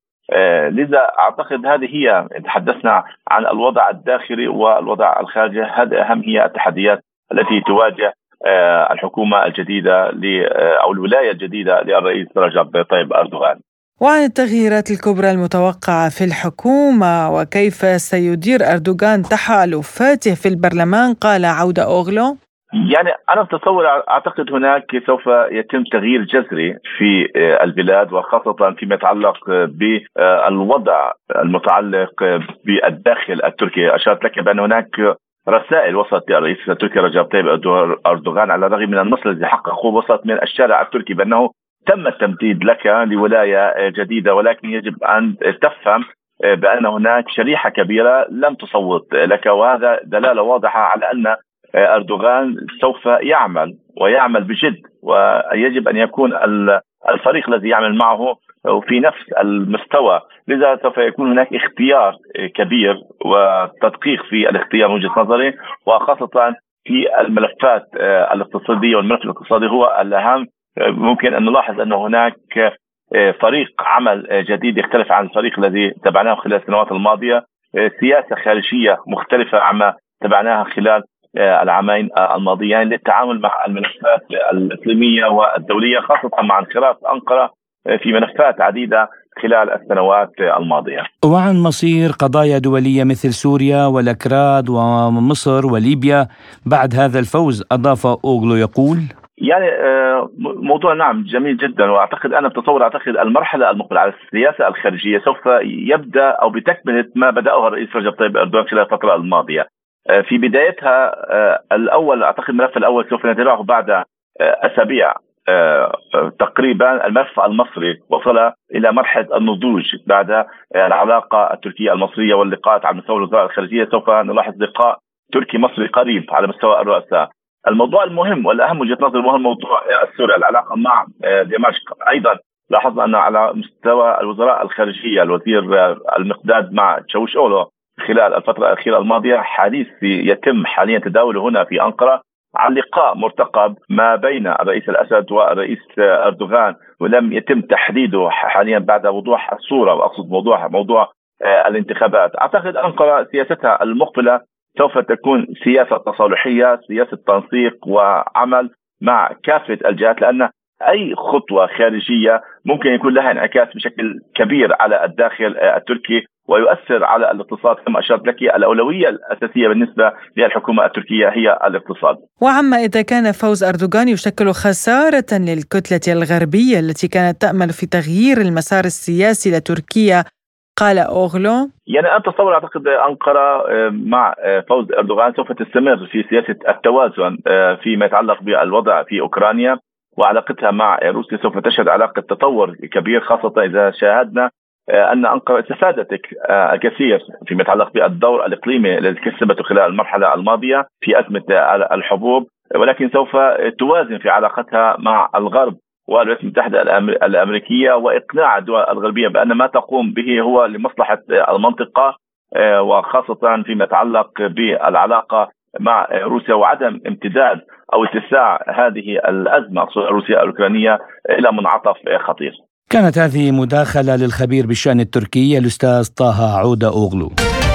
ولذا أعتقد هذه هي، تحدثنا عن الوضع الداخلي والوضع الخارجي، هذه أهم هي التحديات التي تواجه الحكومة الجديدة أو الولاية الجديدة للرئيس رجب طيب أردوغان. وعن التغييرات الكبرى المتوقعة في الحكومة وكيف سيدير أردوغان تحالفاته في البرلمان، قال عودة أوغلو: يعني أنا بتصور أعتقد هناك سوف يتم تغيير جذري في البلاد، وخاصة فيما يتعلق بالوضع المتعلق بالداخل التركي. أشرت لك بأن هناك رسائل وصلت للرئيس التركي رجب طيب أردوغان على الرغم من النصر الذي حققه، وصلت من الشارع التركي بأنه تم التمديد لك لولاية جديدة، ولكن يجب أن تفهم بأن هناك شريحة كبيرة لم تصوت لك، وهذا دلالة واضحة على أن أردوغان سوف يعمل ويعمل بجد، ويجب أن يكون الفريق الذي يعمل معه في نفس المستوى. لذا سوف يكون هناك اختيار كبير وتدقيق في الاختيار من وجهة نظري، وخاصة في الملفات الاقتصادية، والملف الاقتصادي هو الأهم. ممكن أن نلاحظ أن هناك فريق عمل جديد يختلف عن الفريق الذي تبعناه خلال السنوات الماضية، سياسة خارجية مختلفة عما تبعناها خلال العامين الماضيين للتعامل مع الملفات الإقليمية والدولية، خاصة مع انخراط أنقرة في ملفات عديدة خلال السنوات الماضية. وعن مصير قضايا دولية مثل سوريا والأكراد ومصر وليبيا بعد هذا الفوز، أضاف أوغلو يقول: يعني موضوع نعم جميل جدا، واعتقد انا بتصور اعتقد المرحله المقبله على السياسه الخارجيه سوف يبدا او بتكمله ما بداه الرئيس رجب طيب اردوغان خلال الفتره الماضيه. في بدايتها الاول اعتقد الملف الاول سوف نتابعه بعد اسابيع تقريبا. الملف المصري وصل الى مرحله النضوج بعد العلاقه التركيه المصريه واللقاءات على مستوى الوزراء الخارجيه. سوف نلاحظ لقاء تركي مصري قريب على مستوى الرؤساء. الموضوع المهم والأهم وجهة نظري هو الموضوع السوري، العلاقة مع دمشق. أيضا لاحظنا أن على مستوى الوزراء الخارجية الوزير المقداد مع تشاوشأولو خلال الفترة الأخيرة الماضية حديث يتم حاليا تداوله هنا في أنقرة عن لقاء مرتقب ما بين الرئيس الأسد والرئيس أردوغان، ولم يتم تحديده حاليا بعد وضوح الصورة، وأقصد موضوع موضوع الانتخابات. أعتقد أنقرة سياستها المقبلة سوف تكون سياسة تصالحية، سياسة تنسيق وعمل مع كافة الجهات، لأن أي خطوة خارجية ممكن يكون لها انعكاس بشكل كبير على الداخل التركي ويؤثر على الاقتصاد. كما أشرت لك الأولوية الأساسية بالنسبة للحكومة التركية هي الاقتصاد. وعما إذا كان فوز أردوغان يشكل خسارة للكتلة الغربية التي كانت تأمل في تغيير المسار السياسي لتركيا، قال أوغلو: يعني أنا أتصور أعتقد أنقرة مع فوز أردوغان سوف تستمر في سياسة التوازن فيما يتعلق بالوضع في أوكرانيا، وعلاقتها مع روسيا سوف تشهد علاقة تطور كبير، خاصة إذا شاهدنا أن أنقرة استفادت الكثير فيما يتعلق بالدور الإقليمي الذي كسبته خلال المرحلة الماضية في أزمة الحبوب، ولكن سوف توازن في علاقتها مع الغرب والولايات المتحدة الأمريكية، وإقناع الدول الغربية بأن ما تقوم به هو لمصلحة المنطقة، وخاصة فيما يتعلق بالعلاقة مع روسيا وعدم امتداد أو اتساع هذه الأزمة الروسية الأوكرانية إلى منعطف خطير. كانت هذه مداخلة للخبير بالشأن التركي الأستاذ طه عودة أوغلو.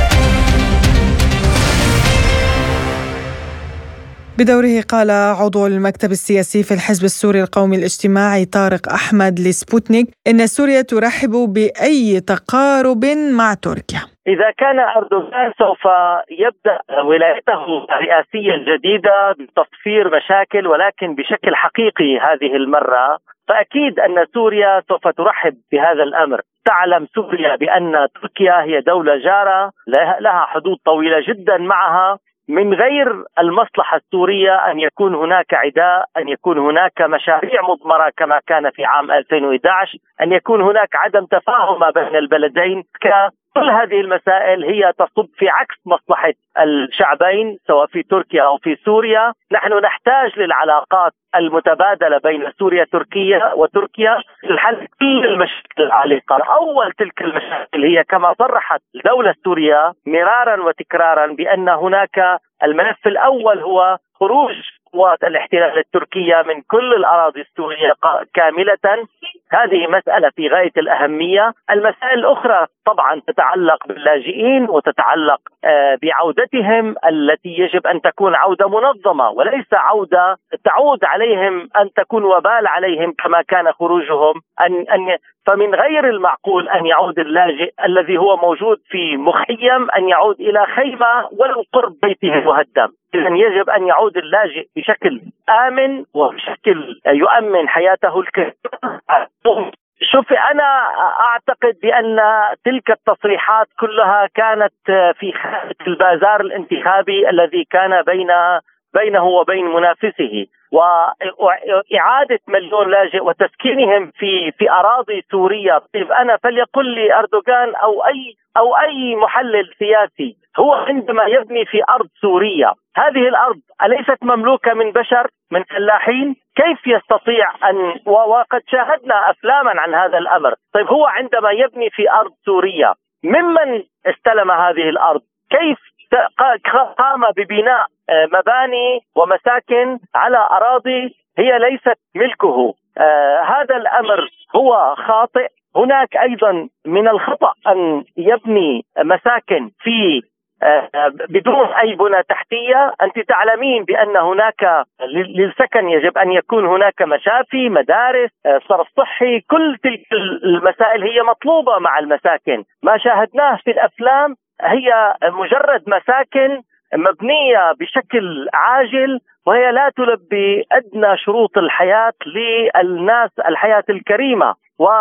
بدوره قال عضو المكتب السياسي في الحزب السوري القومي الاجتماعي طارق أحمد لسبوتنيك إن سوريا ترحب بأي تقارب مع تركيا. إذا كان أردوغان سوف يبدأ ولايته الرئاسية الجديدة بتصفير مشاكل ولكن بشكل حقيقي هذه المرة، فأكيد أن سوريا سوف ترحب بهذا الأمر. تعلم سوريا بأن تركيا هي دولة جارة لها حدود طويلة جدا معها. من غير المصلحة السورية أن يكون هناك عداء، أن يكون هناك مشاريع مضمرة كما كان في عام ألفين وإحدى عشر، أن يكون هناك عدم تفاهم بين البلدين. كل هذه المسائل هي تصب في عكس مصلحة الشعبين سواء في تركيا أو في سوريا. نحن نحتاج للعلاقات المتبادلة بين سوريا تركيا وتركيا لحل كل المشاكل العالقة. أول تلك المشاكل هي كما صرحت الدولة السورية مرارا وتكرارا بأن هناك الملف الأول هو خروج قوات الاحتلال التركية من كل الأراضي السورية كاملة. هذه مسألة في غاية الأهمية. المسائل الأخرى طبعا تتعلق باللاجئين وتتعلق بعودتهم التي يجب أن تكون عودة منظمة وليس عودة تعود عليهم أن تكون وبال عليهم كما كان خروجهم. أن أن فمن غير المعقول أن يعود اللاجئ الذي هو موجود في مخيم أن يعود إلى خيمة ولو قرب بيته المهدم. إذن يجب أن يعود اللاجئ بشكل آمن وبشكل يؤمن حياته الكريمة. شوفي، أنا أعتقد بأن تلك التصريحات كلها كانت في خارج البازار الانتخابي الذي كان بين بينه وبين منافسه، وإعادة مليون لاجئ وتسكينهم في في أراضي سورية. طيب أنا فليقل لي أردوغان أو أي أو أي محلل سياسي، هو عندما يبني في أرض سورية، هذه الأرض أليست مملوكة من بشر، من فلاحين؟ كيف يستطيع أن، وقد شاهدنا أفلاما عن هذا الأمر. طيب هو عندما يبني في أرض سورية، ممن استلم هذه الأرض؟ كيف قام ببناء مباني ومساكن على أراضي هي ليست ملكه؟ آه هذا الأمر هو خاطئ. هناك أيضا من الخطأ أن يبني مساكن في آه بدون أي بنى تحتية. أنت تعلمين بأن هناك للسكن يجب أن يكون هناك مشافي، مدارس، آه صرف صحي، كل تلك المسائل هي مطلوبة مع المساكن. ما شاهدناه في الأفلام هي مجرد مساكن مبنية بشكل عاجل وهي لا تلبي أدنى شروط الحياة للناس، الحياة الكريمة.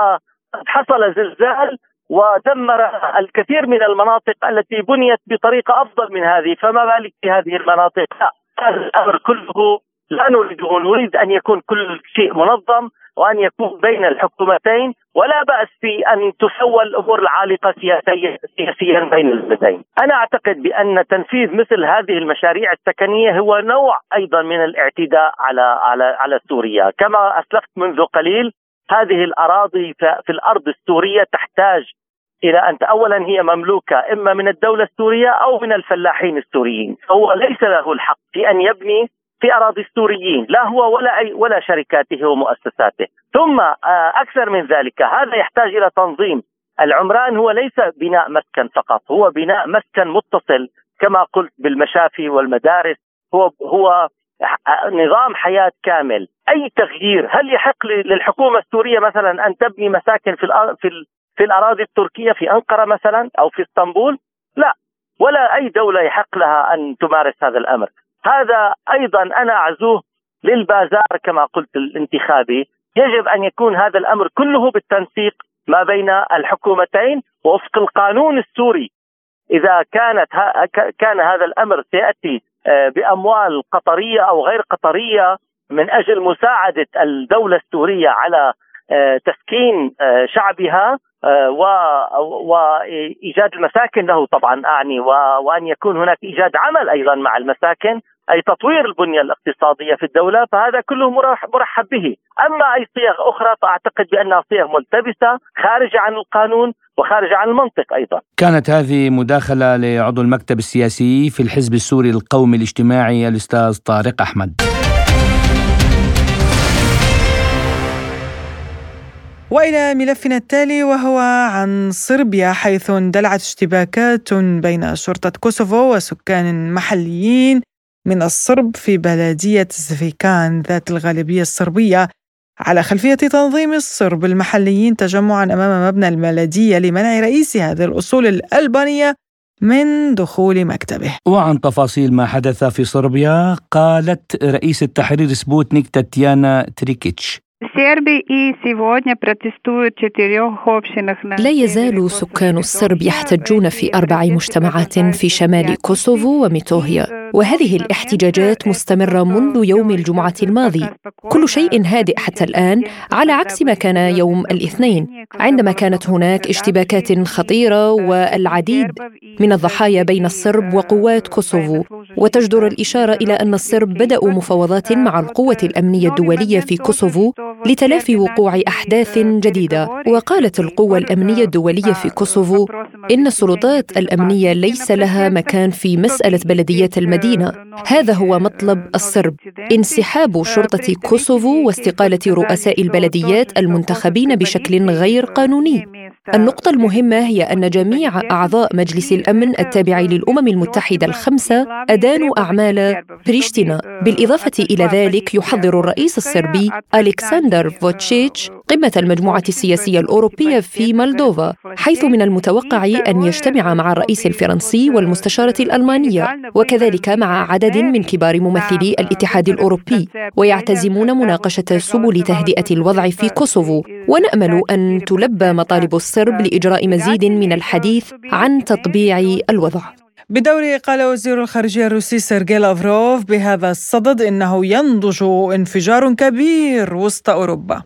وحصل زلزال ودمر الكثير من المناطق التي بنيت بطريقة أفضل من هذه، فما بالك في هذه المناطق؟ هذا الأمر كله لا نريده. نريد أن يكون كل شيء منظم وأن يكون بين الحكومتين، ولا بأس في أن تسوى الأمور العالقة سياسيا بين البلدين. أنا أعتقد بأن تنفيذ مثل هذه المشاريع السكنية هو نوع أيضا من الاعتداء على على على سوريا. كما أسلفت منذ قليل، هذه الأراضي في الأرض السورية تحتاج إلى أن أولا هي مملوكة إما من الدولة السورية أو من الفلاحين السوريين. هو ليس له الحق في أن يبني في أراضي السوريين، لا هو ولا أي ولا شركاته ومؤسساته. ثم أكثر من ذلك، هذا يحتاج إلى تنظيم. العمران هو ليس بناء مسكن فقط، هو بناء مسكن متصل كما قلت بالمشافي والمدارس. هو هو نظام حياة كامل. أي تغيير، هل يحق للحكومة السورية مثلا أن تبني مساكن في في في الأراضي التركية في أنقرة مثلا أو في اسطنبول؟ لا، ولا أي دولة يحق لها أن تمارس هذا الأمر. هذا أيضا أنا أعزوه للبازار كما قلت الانتخابي. يجب أن يكون هذا الأمر كله بالتنسيق ما بين الحكومتين ووفق القانون السوري. إذا كانت كان هذا الأمر سيأتي بأموال قطرية أو غير قطرية من أجل مساعدة الدولة السورية على تسكين شعبها وإيجاد المساكن له طبعا أعني، وأن يكون هناك إيجاد عمل أيضا مع المساكن، أي تطوير البنية الاقتصادية في الدولة، فهذا كله مرحب به. أما أي صيغ أخرى فأعتقد بأنها صيغ ملتبسة خارجة عن القانون وخارجة عن المنطق أيضا. كانت هذه مداخلة لعضو المكتب السياسي في الحزب السوري القومي الاجتماعي الأستاذ طارق أحمد. وإلى ملفنا التالي وهو عن صربيا، حيث اندلعت اشتباكات بين شرطة كوسوفو وسكان محليين من الصرب في بلدية زفيكان ذات الغالبية الصربية على خلفية تنظيم الصرب المحليين تجمعا أمام مبنى البلدية لمنع رئيس هذه الأصول الألبانية من دخول مكتبه. وعن تفاصيل ما حدث في صربيا قالت رئيس التحرير سبوتنيك تاتيانا تريكيتش: لا يزال سكان الصرب يحتجون في أربع مجتمعات في شمال كوسوفو وميتوهيا، وهذه الاحتجاجات مستمرة منذ يوم الجمعة الماضي. كل شيء هادئ حتى الآن، على عكس ما كان يوم الاثنين عندما كانت هناك اشتباكات خطيرة والعديد من الضحايا بين الصرب وقوات كوسوفو. وتجدر الإشارة إلى أن الصرب بدأوا مفاوضات مع القوة الأمنية الدولية في كوسوفو لتلافي وقوع أحداث جديدة. وقالت القوة الأمنية الدولية في كوسوفو إن السلطات الأمنية ليس لها مكان في مسألة بلديات المدينة. هذا هو مطلب الصرب: انسحاب شرطة كوسوفو واستقالة رؤساء البلديات المنتخبين بشكل غير قانوني. النقطة المهمة هي أن جميع أعضاء مجلس الأمن التابع للأمم المتحدة الخمسة أدانوا أعمال بريشتينا. بالإضافة إلى ذلك، يحضر الرئيس الصربي ألكسندر فوتشيتش قمة المجموعة السياسية الأوروبية في مولدوفا، حيث من المتوقع أن يجتمع مع الرئيس الفرنسي والمستشارة الألمانية وكذلك مع عدد من كبار ممثلي الاتحاد الأوروبي، ويعتزمون مناقشة سبل تهدئة الوضع في كوسوفو. ونأمل أن تلبى مطالب الصرب لإجراء مزيد من الحديث عن تطبيع الوضع. بدوره قال وزير الخارجية الروسي سيرجي لافروف بهذا الصدد إنه ينضج انفجار كبير وسط أوروبا.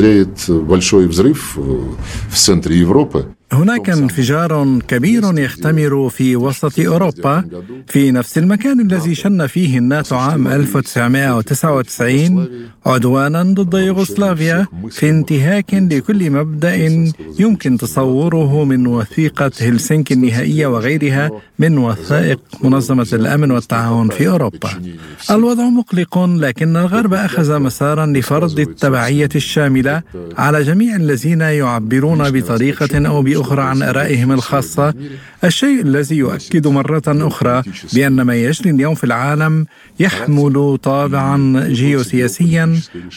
هناك انفجار كبير يختمر في وسط أوروبا، في نفس المكان الذي شن فيه الناتو عام ألف وتسعمائة وتسعة وتسعين عدوانا ضد يوغوسلافيا، في انتهاك لكل مبدأ يمكن تصوره من وثيقة هلسنكي النهائية وغيرها من وثائق منظمة الأمن والتعاون في أوروبا. الوضع مقلق، لكن الغرب أخذ مسارا لفرض التبعية الشاملة على جميع الذين يعبرون بطريقة أو بأخرى عن آرائهم الخاصة، الشيء الذي يؤكد مرة أخرى بأن ما يجري اليوم في العالم يحمل طابعا جيوسياسيا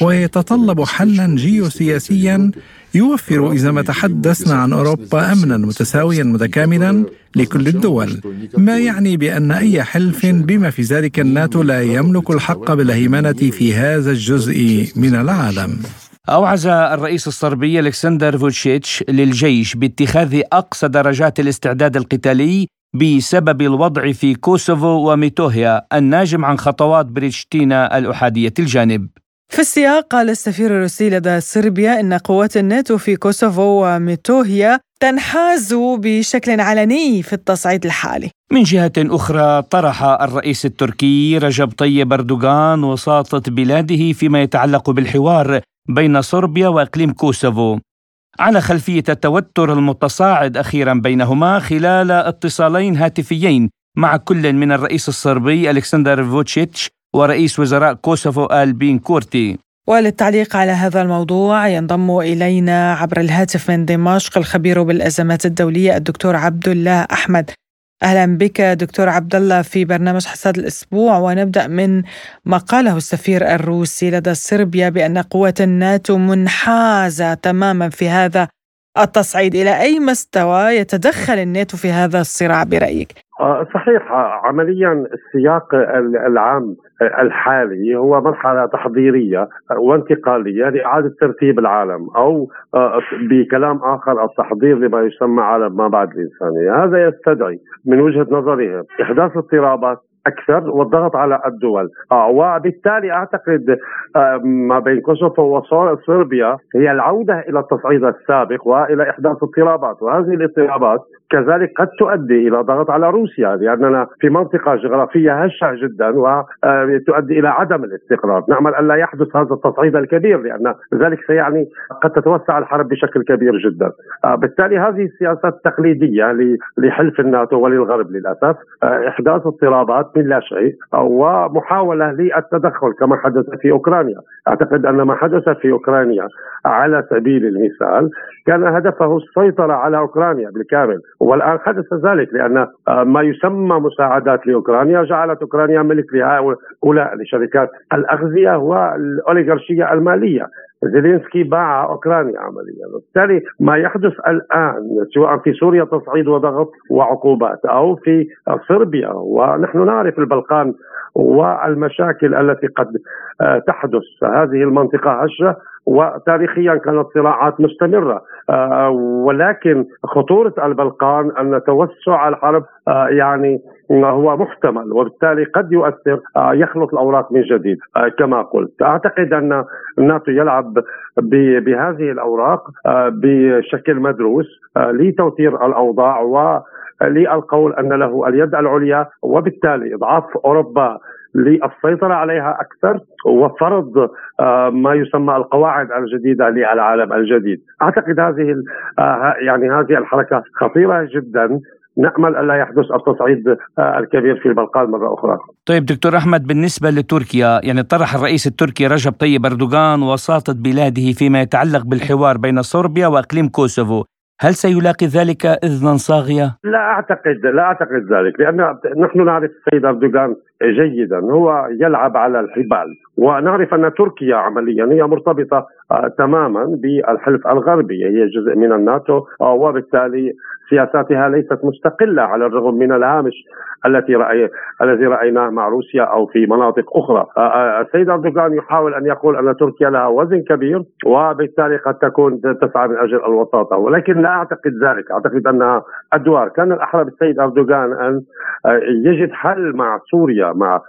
ويتطلب حلا جيوسياسيا يوفر، إذا ما تحدثنا عن أوروبا، أمنا متساويا متكاملا لكل الدول، ما يعني بأن أي حلف بما في ذلك الناتو لا يملك الحق بالهيمنة في هذا الجزء من العالم. أوعز الرئيس الصربي ألكسندر فوتشيتش للجيش باتخاذ أقصى درجات الاستعداد القتالي بسبب الوضع في كوسوفو وميتوهيا الناجم عن خطوات بريشتينا الأحادية الجانب. في السياق قال السفير الروسي لدى صربيا إن قوات الناتو في كوسوفو وميتوهيا تنحاز بشكل علني في التصعيد الحالي. من جهة أخرى، طرح الرئيس التركي رجب طيب أردوغان وساطة بلاده فيما يتعلق بالحوار بين صربيا وإقليم كوسوفو على خلفية التوتر المتصاعد أخيرا بينهما خلال اتصالين هاتفيين مع كل من الرئيس الصربي ألكسندر فوتشيتش ورئيس وزراء كوسوفو ألبين كورتي. وللتعليق على هذا الموضوع ينضم إلينا عبر الهاتف من دمشق الخبير بالأزمات الدولية الدكتور عبد الله أحمد. أهلا بك دكتور عبد الله في برنامج حصاد الأسبوع، ونبدأ من ما قاله السفير الروسي لدى صربيا بأن قوات الناتو منحازة تماما في هذا التصعيد. إلى أي مستوى يتدخل الناتو في هذا الصراع برأيك؟ صحيح، عمليا السياق العام الحالي هو مرحلة تحضيرية وانتقالية لإعادة ترتيب العالم، أو بكلام آخر التحضير لما يسمى عالم ما بعد الإنسانية. هذا يستدعي من وجهة نظرهم إحداث اضطرابات أكثر والضغط على الدول، وبالتالي أعتقد ما بين كوسوفو وصربيا هي العودة إلى التصعيد السابق وإلى إحداث اضطرابات، وهذه الاضطرابات كذلك قد تؤدي إلى ضغط على روسيا، لأننا في منطقة جغرافية هشة جدا وتؤدي إلى عدم الاستقرار. نأمل أن لا يحدث هذا التصعيد الكبير، لأن ذلك سيعني قد تتوسع الحرب بشكل كبير جدا. بالتالي هذه السياسات التقليدية لحلف الناتو وللغرب للأسف، إحداث اضطرابات من لا شيء ومحاولة للتدخل كما حدث في أوكرانيا. أعتقد أن ما حدث في أوكرانيا على سبيل المثال كان هدفه السيطرة على أوكرانيا بالكامل، والآن حدث ذلك لأن ما يسمى مساعدات لأوكرانيا جعلت أوكرانيا ملك لهؤلاء لشركات الأغذية والأوليغارشية المالية. زيلينسكي باع أوكرانيا عمليا. بالتالي ما يحدث الآن سواء في سوريا تصعيد وضغط وعقوبات أو في صربيا، ونحن نعرف البلقان والمشاكل التي قد تحدث. هذه المنطقة هشة وتاريخيا كانت صراعات مستمرة، ولكن خطورة البلقان أن توسع الحرب يعني هو محتمل، وبالتالي قد يؤثر يخلط الأوراق من جديد كما قلت. أعتقد أن الناتو يلعب بهذه الأوراق بشكل مدروس لتوتير الأوضاع و للقول أن له اليد العليا، وبالتالي إضعاف أوروبا للسيطرة عليها أكثر وفرض ما يسمى القواعد الجديدة للعالم الجديد. أعتقد هذه يعني هذه الحركة خطيرة جدا، نأمل ألا يحدث التصعيد الكبير في البلقان مرة أخرى. طيب دكتور أحمد، بالنسبة لتركيا، يعني طرح الرئيس التركي رجب طيب أردوغان وساطة بلاده فيما يتعلق بالحوار بين صربيا وإقليم كوسوفو، هل سيلاقي ذلك إذنا صاغية؟ لا أعتقد لا أعتقد ذلك، لأن نحن نعرف السيد أردوغان جيدا، هو يلعب على الحبال، ونعرف أن تركيا عمليا هي مرتبطة تماما بالحلف الغربي، هي جزء من الناتو، وبالتالي سياساتها ليست مستقلة على الرغم من الهامش التي رأي الذي رأيناه مع روسيا أو في مناطق أخرى. السيد أردوغان يحاول أن يقول أن تركيا لها وزن كبير وبالتالي قد تكون تسعى من أجل الوساطة، ولكن لا أعتقد ذلك. أعتقد أنها أدوار. كان الأحرى بالسيد أردوغان أن يجد حل مع سوريا، مع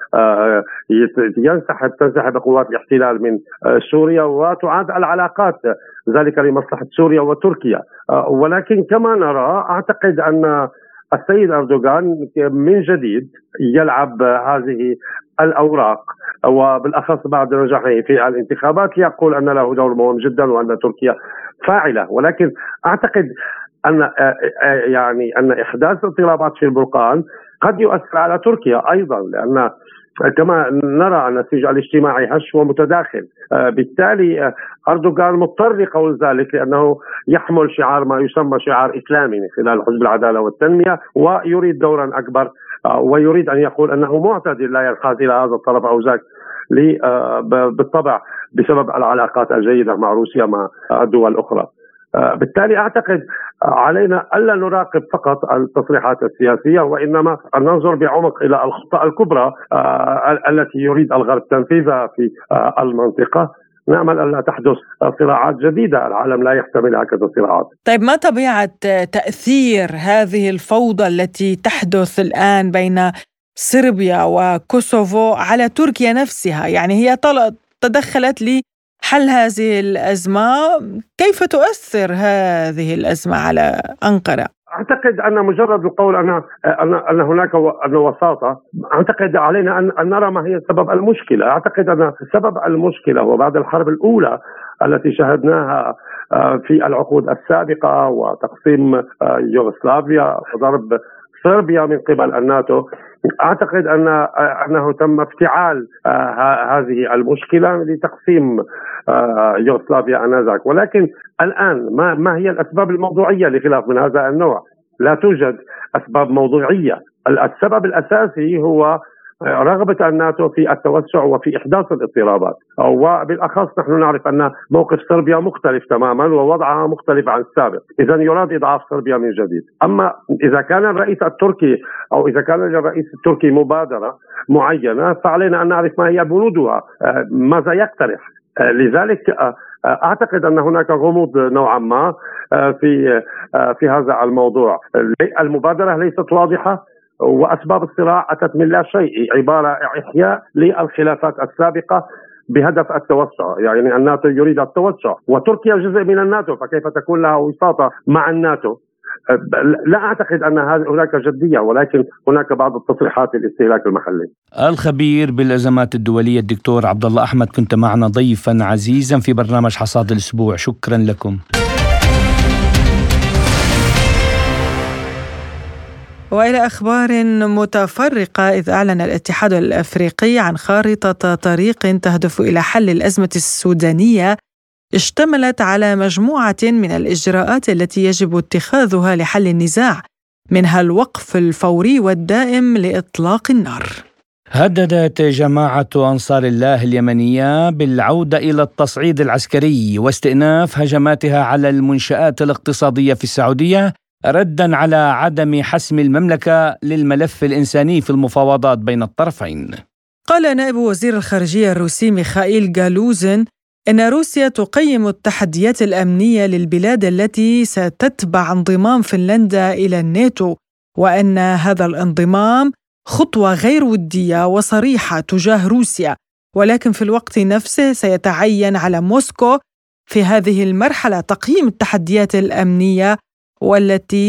ينسحب تنسحب قوات الاحتلال من سوريا وتعاد العلاقات، ذلك لمصلحة سوريا وتركيا. ولكن كما نرى أعتقد أن السيد أردوغان من جديد يلعب هذه الأوراق، وبالأخص بعد نجاحه في الانتخابات يقول أن له دور مهم جدا وأن تركيا فاعلة. ولكن أعتقد أن يعني أن إحداث اضطرابات في البلقان قد يؤثر على تركيا أيضا، لأن كما نرى أن النسيج الاجتماعي هش ومتداخل. بالتالي أردوغان مضطر لقول ذلك، لأنه يحمل شعار ما يسمى شعار إسلامي من خلال حزب العدالة والتنمية، ويريد دورا أكبر، ويريد أن يقول أنه معتدل لا ينحاز إلى هذا الطرف أو ذاك، بالطبع بسبب العلاقات الجيدة مع روسيا مع الدول الأخرى. بالتالي أعتقد علينا ألا نراقب فقط التصريحات السياسية، وإنما أن ننظر بعمق إلى الخطة الكبرى التي يريد الغرب تنفيذها في المنطقة. نأمل ألا تحدث صراعات جديدة، العالم لا يحتمل هكذا صراعات. طيب ما طبيعة تأثير هذه الفوضى التي تحدث الآن بين صربيا وكوسوفو على تركيا نفسها؟ يعني هي تدخلت لي حل هذه الأزمة، كيف تؤثر هذه الأزمة على أنقرة؟ أعتقد أن مجرد القول أن أن هناك أن وساطة، أعتقد علينا أن نرى ما هي سبب المشكلة. أعتقد أن سبب المشكلة هو بعد الحرب الأولى التي شاهدناها في العقود السابقة وتقسيم يوغوسلافيا وضرب صربيا من قبل الناتو. أعتقد أن أنه تم افتعال هذه المشكلة لتقسيم يوغوسلافيا آنذاك، ولكن الآن ما ما هي الأسباب الموضوعية لخلاف من هذا النوع؟ لا توجد أسباب موضوعية. السبب الأساسي هو رغبة الناتو في التوسع وفي إحداث الاضطرابات، وبالأخص نحن نعرف أن موقف صربيا مختلف تماما ووضعها مختلف عن السابق، إذا يراد إضعاف صربيا من جديد. أما إذا كان الرئيس التركي أو إذا كان للرئيس التركي مبادرة معينة فعلينا أن نعرف ما هي بنودها، ماذا يقترح. لذلك أعتقد أن هناك غموض نوعا ما في في هذا الموضوع. المبادرة ليست واضحة، وأسباب الصراع أتت من لا شيء، عبارة إحياء للخلافات السابقة بهدف التوسع. يعني الناتو يريد التوسع وتركيا جزء من الناتو، فكيف تكون لها وساطة مع الناتو؟ لا أعتقد أن هناك جدية، ولكن هناك بعض التصريحات للاستهلاك المحلي. الخبير بالأزمات الدولية الدكتور عبد الله أحمد، كنت معنا ضيفا عزيزا في برنامج حصاد الأسبوع، شكرا لكم. وإلى أخبار متفرقة، إذ أعلن الاتحاد الأفريقي عن خارطة طريق تهدف إلى حل الأزمة السودانية اشتملت على مجموعة من الإجراءات التي يجب اتخاذها لحل النزاع، منها الوقف الفوري والدائم لإطلاق النار. هددت جماعة أنصار الله اليمنية بالعودة إلى التصعيد العسكري واستئناف هجماتها على المنشآت الاقتصادية في السعودية، رداً على عدم حسم المملكة للملف الإنساني في المفاوضات بين الطرفين. قال نائب وزير الخارجية الروسي ميخائيل غالوزين إن روسيا تقيم التحديات الأمنية للبلاد التي ستتبع انضمام فنلندا إلى الناتو، وأن هذا الانضمام خطوة غير ودية وصريحة تجاه روسيا، ولكن في الوقت نفسه سيتعين على موسكو في هذه المرحلة تقييم التحديات الأمنية والتي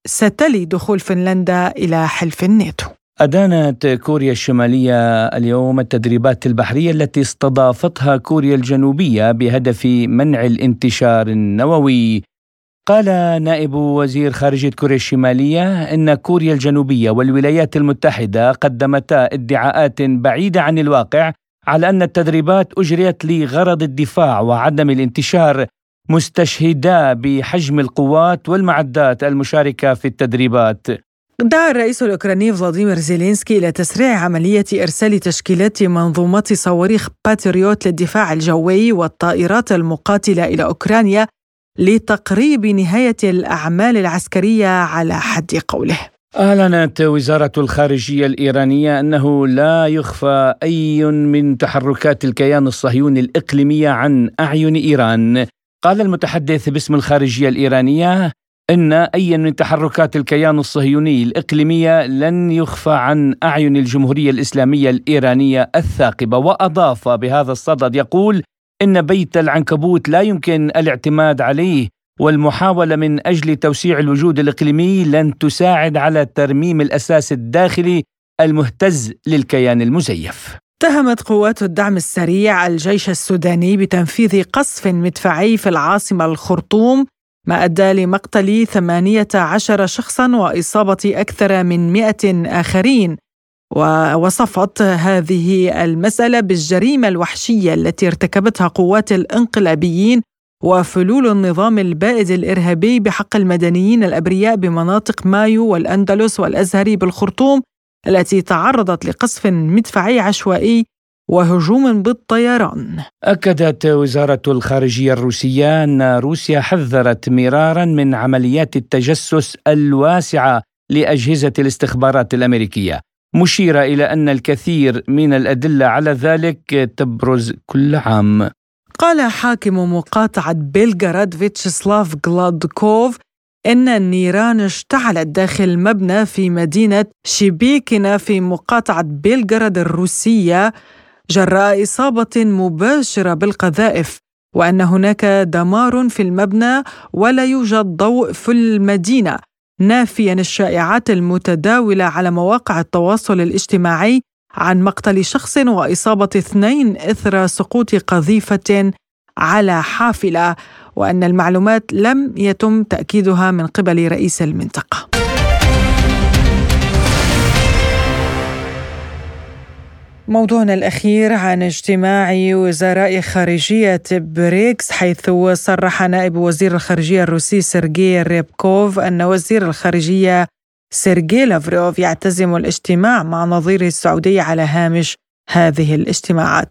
ستلي دخول فنلندا إلى حلف الناتو. أدانت كوريا الشمالية اليوم التدريبات البحرية التي استضافتها كوريا الجنوبية بهدف منع الانتشار النووي. قال نائب وزير خارجية كوريا الشمالية إن كوريا الجنوبية والولايات المتحدة قدمتا ادعاءات بعيدة عن الواقع على أن التدريبات أجريت لغرض الدفاع وعدم الانتشار، مستشهدا بحجم القوات والمعدات المشاركة في التدريبات. دعا الرئيس الأوكراني فلاديمير زيلينسكي إلى تسريع عملية إرسال تشكيلات منظومات صواريخ باتريوت للدفاع الجوي والطائرات المقاتلة إلى أوكرانيا لتقريب نهاية الأعمال العسكرية على حد قوله. أعلنت وزارة الخارجية الإيرانية أنه لا يخفى أي من تحركات الكيان الصهيوني الإقليمية عن أعين إيران. قال المتحدث باسم الخارجية الإيرانية إن أي من تحركات الكيان الصهيوني الإقليمية لن يخفى عن أعين الجمهورية الإسلامية الإيرانية الثاقبة. وأضاف بهذا الصدد يقول إن بيت العنكبوت لا يمكن الاعتماد عليه، والمحاولة من أجل توسيع الوجود الإقليمي لن تساعد على ترميم الأساس الداخلي المهتز للكيان المزيف. اتهمت قوات الدعم السريع الجيش السوداني بتنفيذ قصف مدفعي في العاصمة الخرطوم ما أدى لمقتل ثمانية عشر شخصاً وإصابة أكثر من مئة آخرين، ووصفت هذه المسألة بالجريمة الوحشية التي ارتكبتها قوات الانقلابيين وفلول النظام البائد الإرهابي بحق المدنيين الأبرياء بمناطق مايو والأندلس والأزهري بالخرطوم التي تعرضت لقصف مدفعي عشوائي وهجوم بالطيران. أكدت وزارة الخارجية الروسية أن روسيا حذرت مرارا من عمليات التجسس الواسعة لأجهزة الاستخبارات الأمريكية، مشيرة إلى أن الكثير من الأدلة على ذلك تبرز كل عام. قال حاكم مقاطعة بيلغراد فيتشسلاف غلادكوف إن النيران اشتعلت داخل مبنى في مدينة شيبيكنا في مقاطعة بيلغراد الروسية جراء إصابة مباشرة بالقذائف، وأن هناك دمار في المبنى ولا يوجد ضوء في المدينة، نافياً الشائعات المتداولة على مواقع التواصل الاجتماعي عن مقتل شخص وإصابة اثنين إثر سقوط قذيفة على حافلة، وأن المعلومات لم يتم تأكيدها من قبل رئيس المنطقة. موضوعنا الأخير عن اجتماع وزراء خارجية بريكس، حيث صرح نائب وزير الخارجية الروسي سيرجي ريبكوف أن وزير الخارجية سيرجي لافروف يعتزم الاجتماع مع نظيره السعودي على هامش هذه الاجتماعات.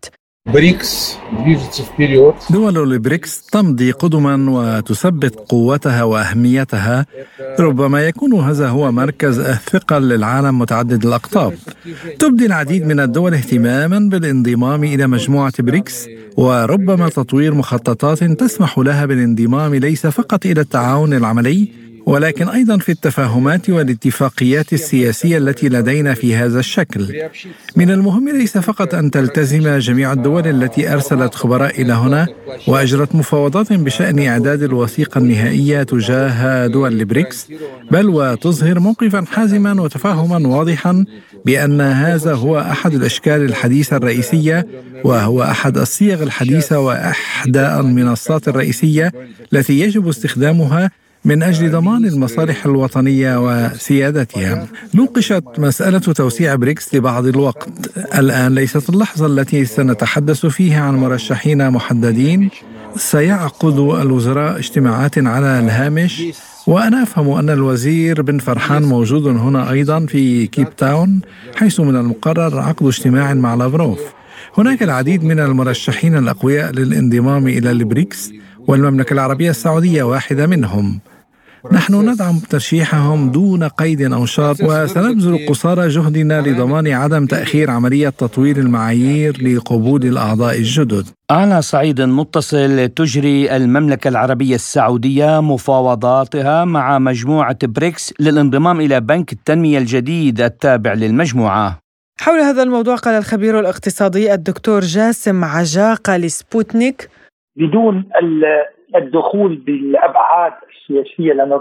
دول البريكس تمضي قدما وتثبت قوتها وأهميتها، ربما يكون هذا هو مركز الثقل للعالم متعدد الأقطاب. تبدي العديد من الدول اهتماما بالانضمام إلى مجموعة بريكس، وربما تطوير مخططات تسمح لها بالانضمام ليس فقط إلى التعاون العملي ولكن أيضا في التفاهمات والاتفاقيات السياسية التي لدينا في هذا الشكل. من المهم ليس فقط أن تلتزم جميع الدول التي أرسلت خبراء إلى هنا وأجرت مفاوضات بشأن إعداد الوثيقة النهائية تجاه دول البريكس، بل وتظهر موقفا حازما وتفاهما واضحا بأن هذا هو أحد الأشكال الحديثة الرئيسية، وهو أحد الصيغ الحديثة وإحدى المنصات الرئيسية التي يجب استخدامها من أجل ضمان المصالح الوطنية وسيادتها. نوقشت مسألة توسيع بريكس لبعض الوقت. الآن ليست اللحظة التي سنتحدث فيها عن مرشحين محددين. سيعقد الوزراء اجتماعات على الهامش، وأنا أفهم أن الوزير بن فرحان موجود هنا أيضا في كيب تاون، حيث من المقرر عقد اجتماع مع لافروف. هناك العديد من المرشحين الأقوياء للانضمام إلى البريكس، والمملكة العربية السعودية واحدة منهم. نحن ندعم ترشيحهم دون قيد أو شرط، وسنبذل قصارى جهدنا لضمان عدم تأخير عملية تطوير المعايير لقبول الأعضاء الجدد. على صعيد متصل، تجري المملكة العربية السعودية مفاوضاتها مع مجموعة بريكس للانضمام إلى بنك التنمية الجديد التابع للمجموعة. حول هذا الموضوع قال الخبير الاقتصادي الدكتور جاسم عجاقة لسبوتنيك: بدون الدخول بالأبعاد السياسية، لأن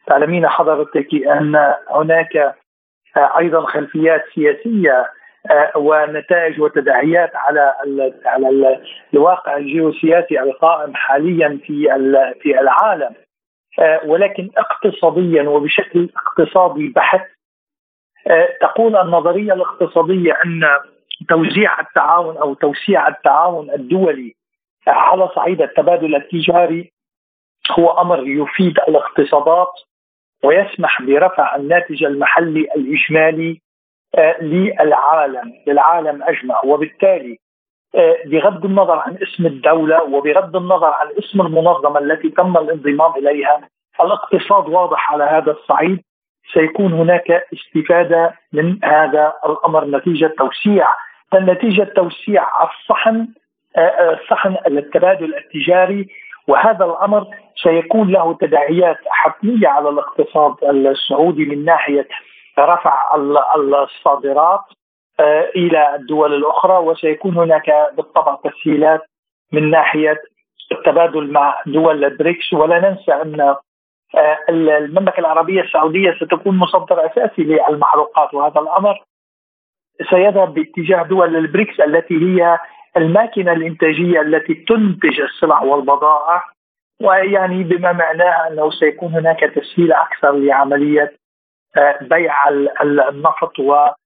تعلمين حضرتك أن هناك أيضا خلفيات سياسية ونتائج وتداعيات على على الواقع الجيوسياسي القائم حاليا في في العالم، ولكن اقتصاديا وبشكل اقتصادي بحت تقول النظرية الاقتصادية أن توزيع التعاون أو توسيع التعاون الدولي على صعيد التبادل التجاري هو أمر يفيد الاقتصادات ويسمح برفع الناتج المحلي الإجمالي للعالم للعالم أجمع، وبالتالي بغض النظر عن اسم الدولة وبغض النظر عن اسم المنظمة التي تم الانضمام إليها، الاقتصاد واضح على هذا الصعيد سيكون هناك استفادة من هذا الأمر نتيجة توسيع نتيجة توسيع الصحن صحن التبادل التجاري، وهذا الأمر سيكون له تداعيات حتمية على الاقتصاد السعودي من ناحية رفع الصادرات إلى الدول الأخرى، وسيكون هناك بالطبع تسهيلات من ناحية التبادل مع دول البريكس. ولا ننسى أن المملكة العربية السعودية ستكون مصدر أساسي للمحروقات، وهذا الأمر سيذهب باتجاه دول البريكس التي هي الماكينة الإنتاجية التي تنتج السلع والبضائع، ويعني بما معناه أنه سيكون هناك تسهيل أكثر لعملية بيع النفط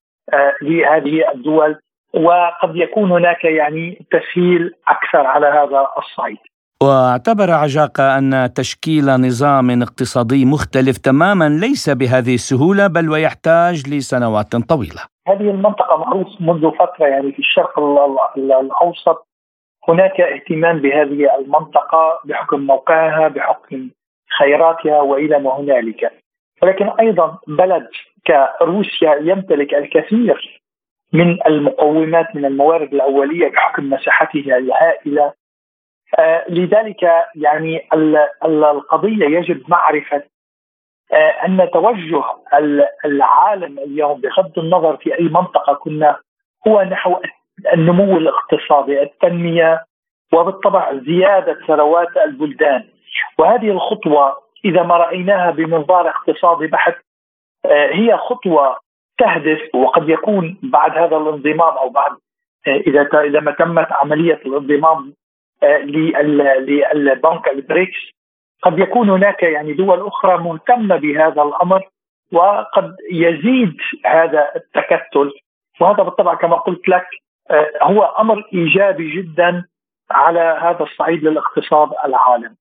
ولهذه الدول، وقد يكون هناك يعني تسهيل أكثر على هذا الصعيد. واعتبر عجاقة أن تشكيل نظام اقتصادي مختلف تماما ليس بهذه السهولة، بل ويحتاج لسنوات طويلة. هذه المنطقة معروف منذ فترة، يعني في الشرق الأوسط هناك اهتمام بهذه المنطقة بحكم موقعها بحكم خيراتها وإلى ما هنالك، ولكن أيضا بلد كروسيا يمتلك الكثير من المقومات من الموارد الأولية بحكم مساحتها الهائلة. آه لذلك يعني القضية يجب معرفة آه أن توجه العالم اليوم بغض النظر في أي منطقة كنا هو نحو النمو الاقتصادي، التنمية، وبالطبع زيادة ثروات البلدان. وهذه الخطوة إذا ما رأيناها بمنظار اقتصادي بحت آه هي خطوة تهدف، وقد يكون بعد هذا الانضمام أو بعد آه إذا إذا ما تمت عملية الانضمام للبنك البريكس قد يكون هناك يعني دول أخرى مهتمة بهذا الأمر، وقد يزيد هذا التكتل، وهذا بالطبع كما قلت لك هو أمر إيجابي جدا على هذا الصعيد للاقتصاد العالمي.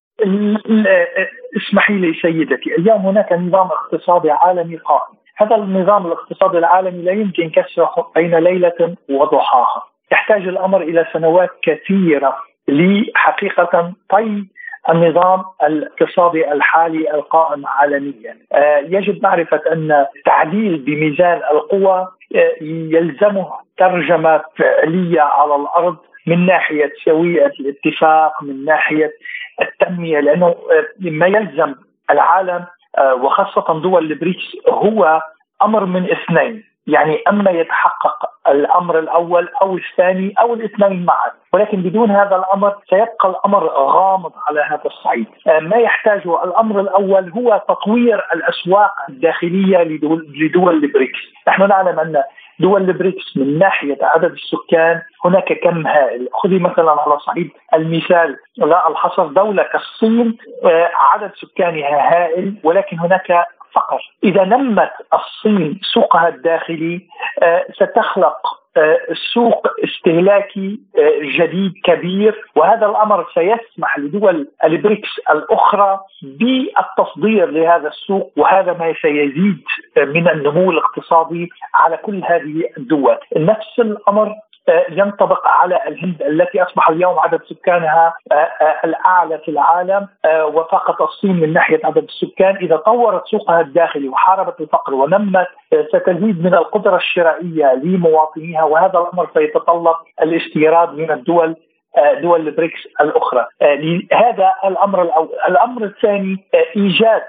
اسمحي لي سيدتي، اليوم هناك نظام اقتصادي عالمي قائم، هذا النظام الاقتصادي العالمي لا يمكن كسره بين ليلة وضحاها، يحتاج الأمر إلى سنوات كثيرة لحقيقة طي النظام الاقتصادي الحالي القائم عالميا. يجب معرفة أن التعديل بميزان القوى يلزمه ترجمة فعلية على الأرض من ناحية سوية الاتفاق، من ناحية التنمية، لأنه ما يلزم العالم وخاصة دول البريكس هو أمر من اثنين، يعني أما يتحقق الأمر الأول أو الثاني أو الاثنين معا، ولكن بدون هذا الأمر سيبقى الأمر غامض على هذا الصعيد. ما يحتاجه الأمر الأول هو تطوير الأسواق الداخلية لدول, لدول البريكس. نحن نعلم أن دول البريكس من ناحية عدد السكان هناك كم هائل، خذي مثلا على صعيد المثال لا الحصر دولة كالصين عدد سكانها هائل ولكن هناك فقر. إذا نمت الصين سوقها الداخلي ستخلق سوق استهلاكي جديد كبير، وهذا الأمر سيسمح لدول البريكس الأخرى بالتصدير لهذا السوق، وهذا ما سيزيد من النمو الاقتصادي على كل هذه الدول. نفس الأمر ينطبق على الهند التي أصبح اليوم عدد سكانها الأعلى في العالم وفاقت الصين من ناحية عدد السكان. إذا طورت سوقها الداخلي وحاربت الفقر ونمت ستزيد من القدرة الشرائية لمواطنيها، وهذا الأمر سيتطلب الاستيراد من الدول دول البريكس الأخرى. هذا الأمر الأول. الأمر الثاني إيجاد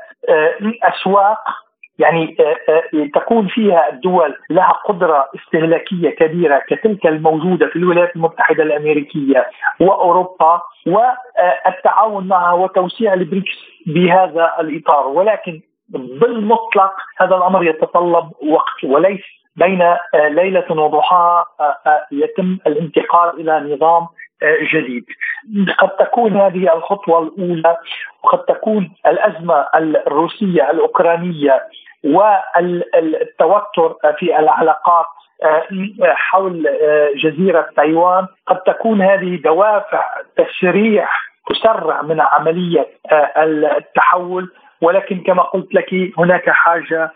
أسواق يعني تكون فيها الدول لها قدرة استهلاكية كبيرة كتلك الموجودة في الولايات المتحدة الأمريكية وأوروبا، والتعاون معها وتوسيع البريكس بهذا الإطار. ولكن بالمطلق هذا الأمر يتطلب وقت، وليس بين ليلة وضحاها يتم الانتقال إلى نظام جديد. قد تكون هذه الخطوة الأولى، وقد تكون الأزمة الروسية الأوكرانية والتوتر في العلاقات حول جزيرة تايوان قد تكون هذه دوافع تسريع تسرع من عملية التحول، ولكن كما قلت لك هناك حاجة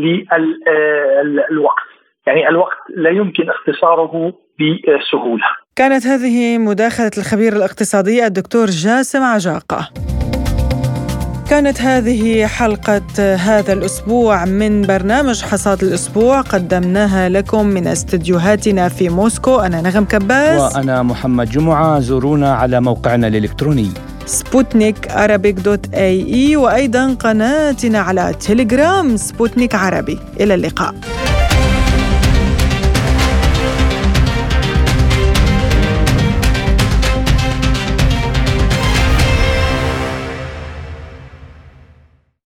للوقت، يعني الوقت لا يمكن اختصاره بسهولة. كانت هذه مداخلة الخبير الاقتصادي الدكتور جاسم عجاقة. كانت هذه حلقة هذا الأسبوع من برنامج حصاد الأسبوع، قدمناها لكم من استديوهاتنا في موسكو. أنا نغم كباس وأنا محمد جمعة. زورونا على موقعنا الإلكتروني سبوتنيك أرابيك دوت إيه إي، وأيضا قناتنا على تيليجرام سبوتنيك عربي. إلى اللقاء.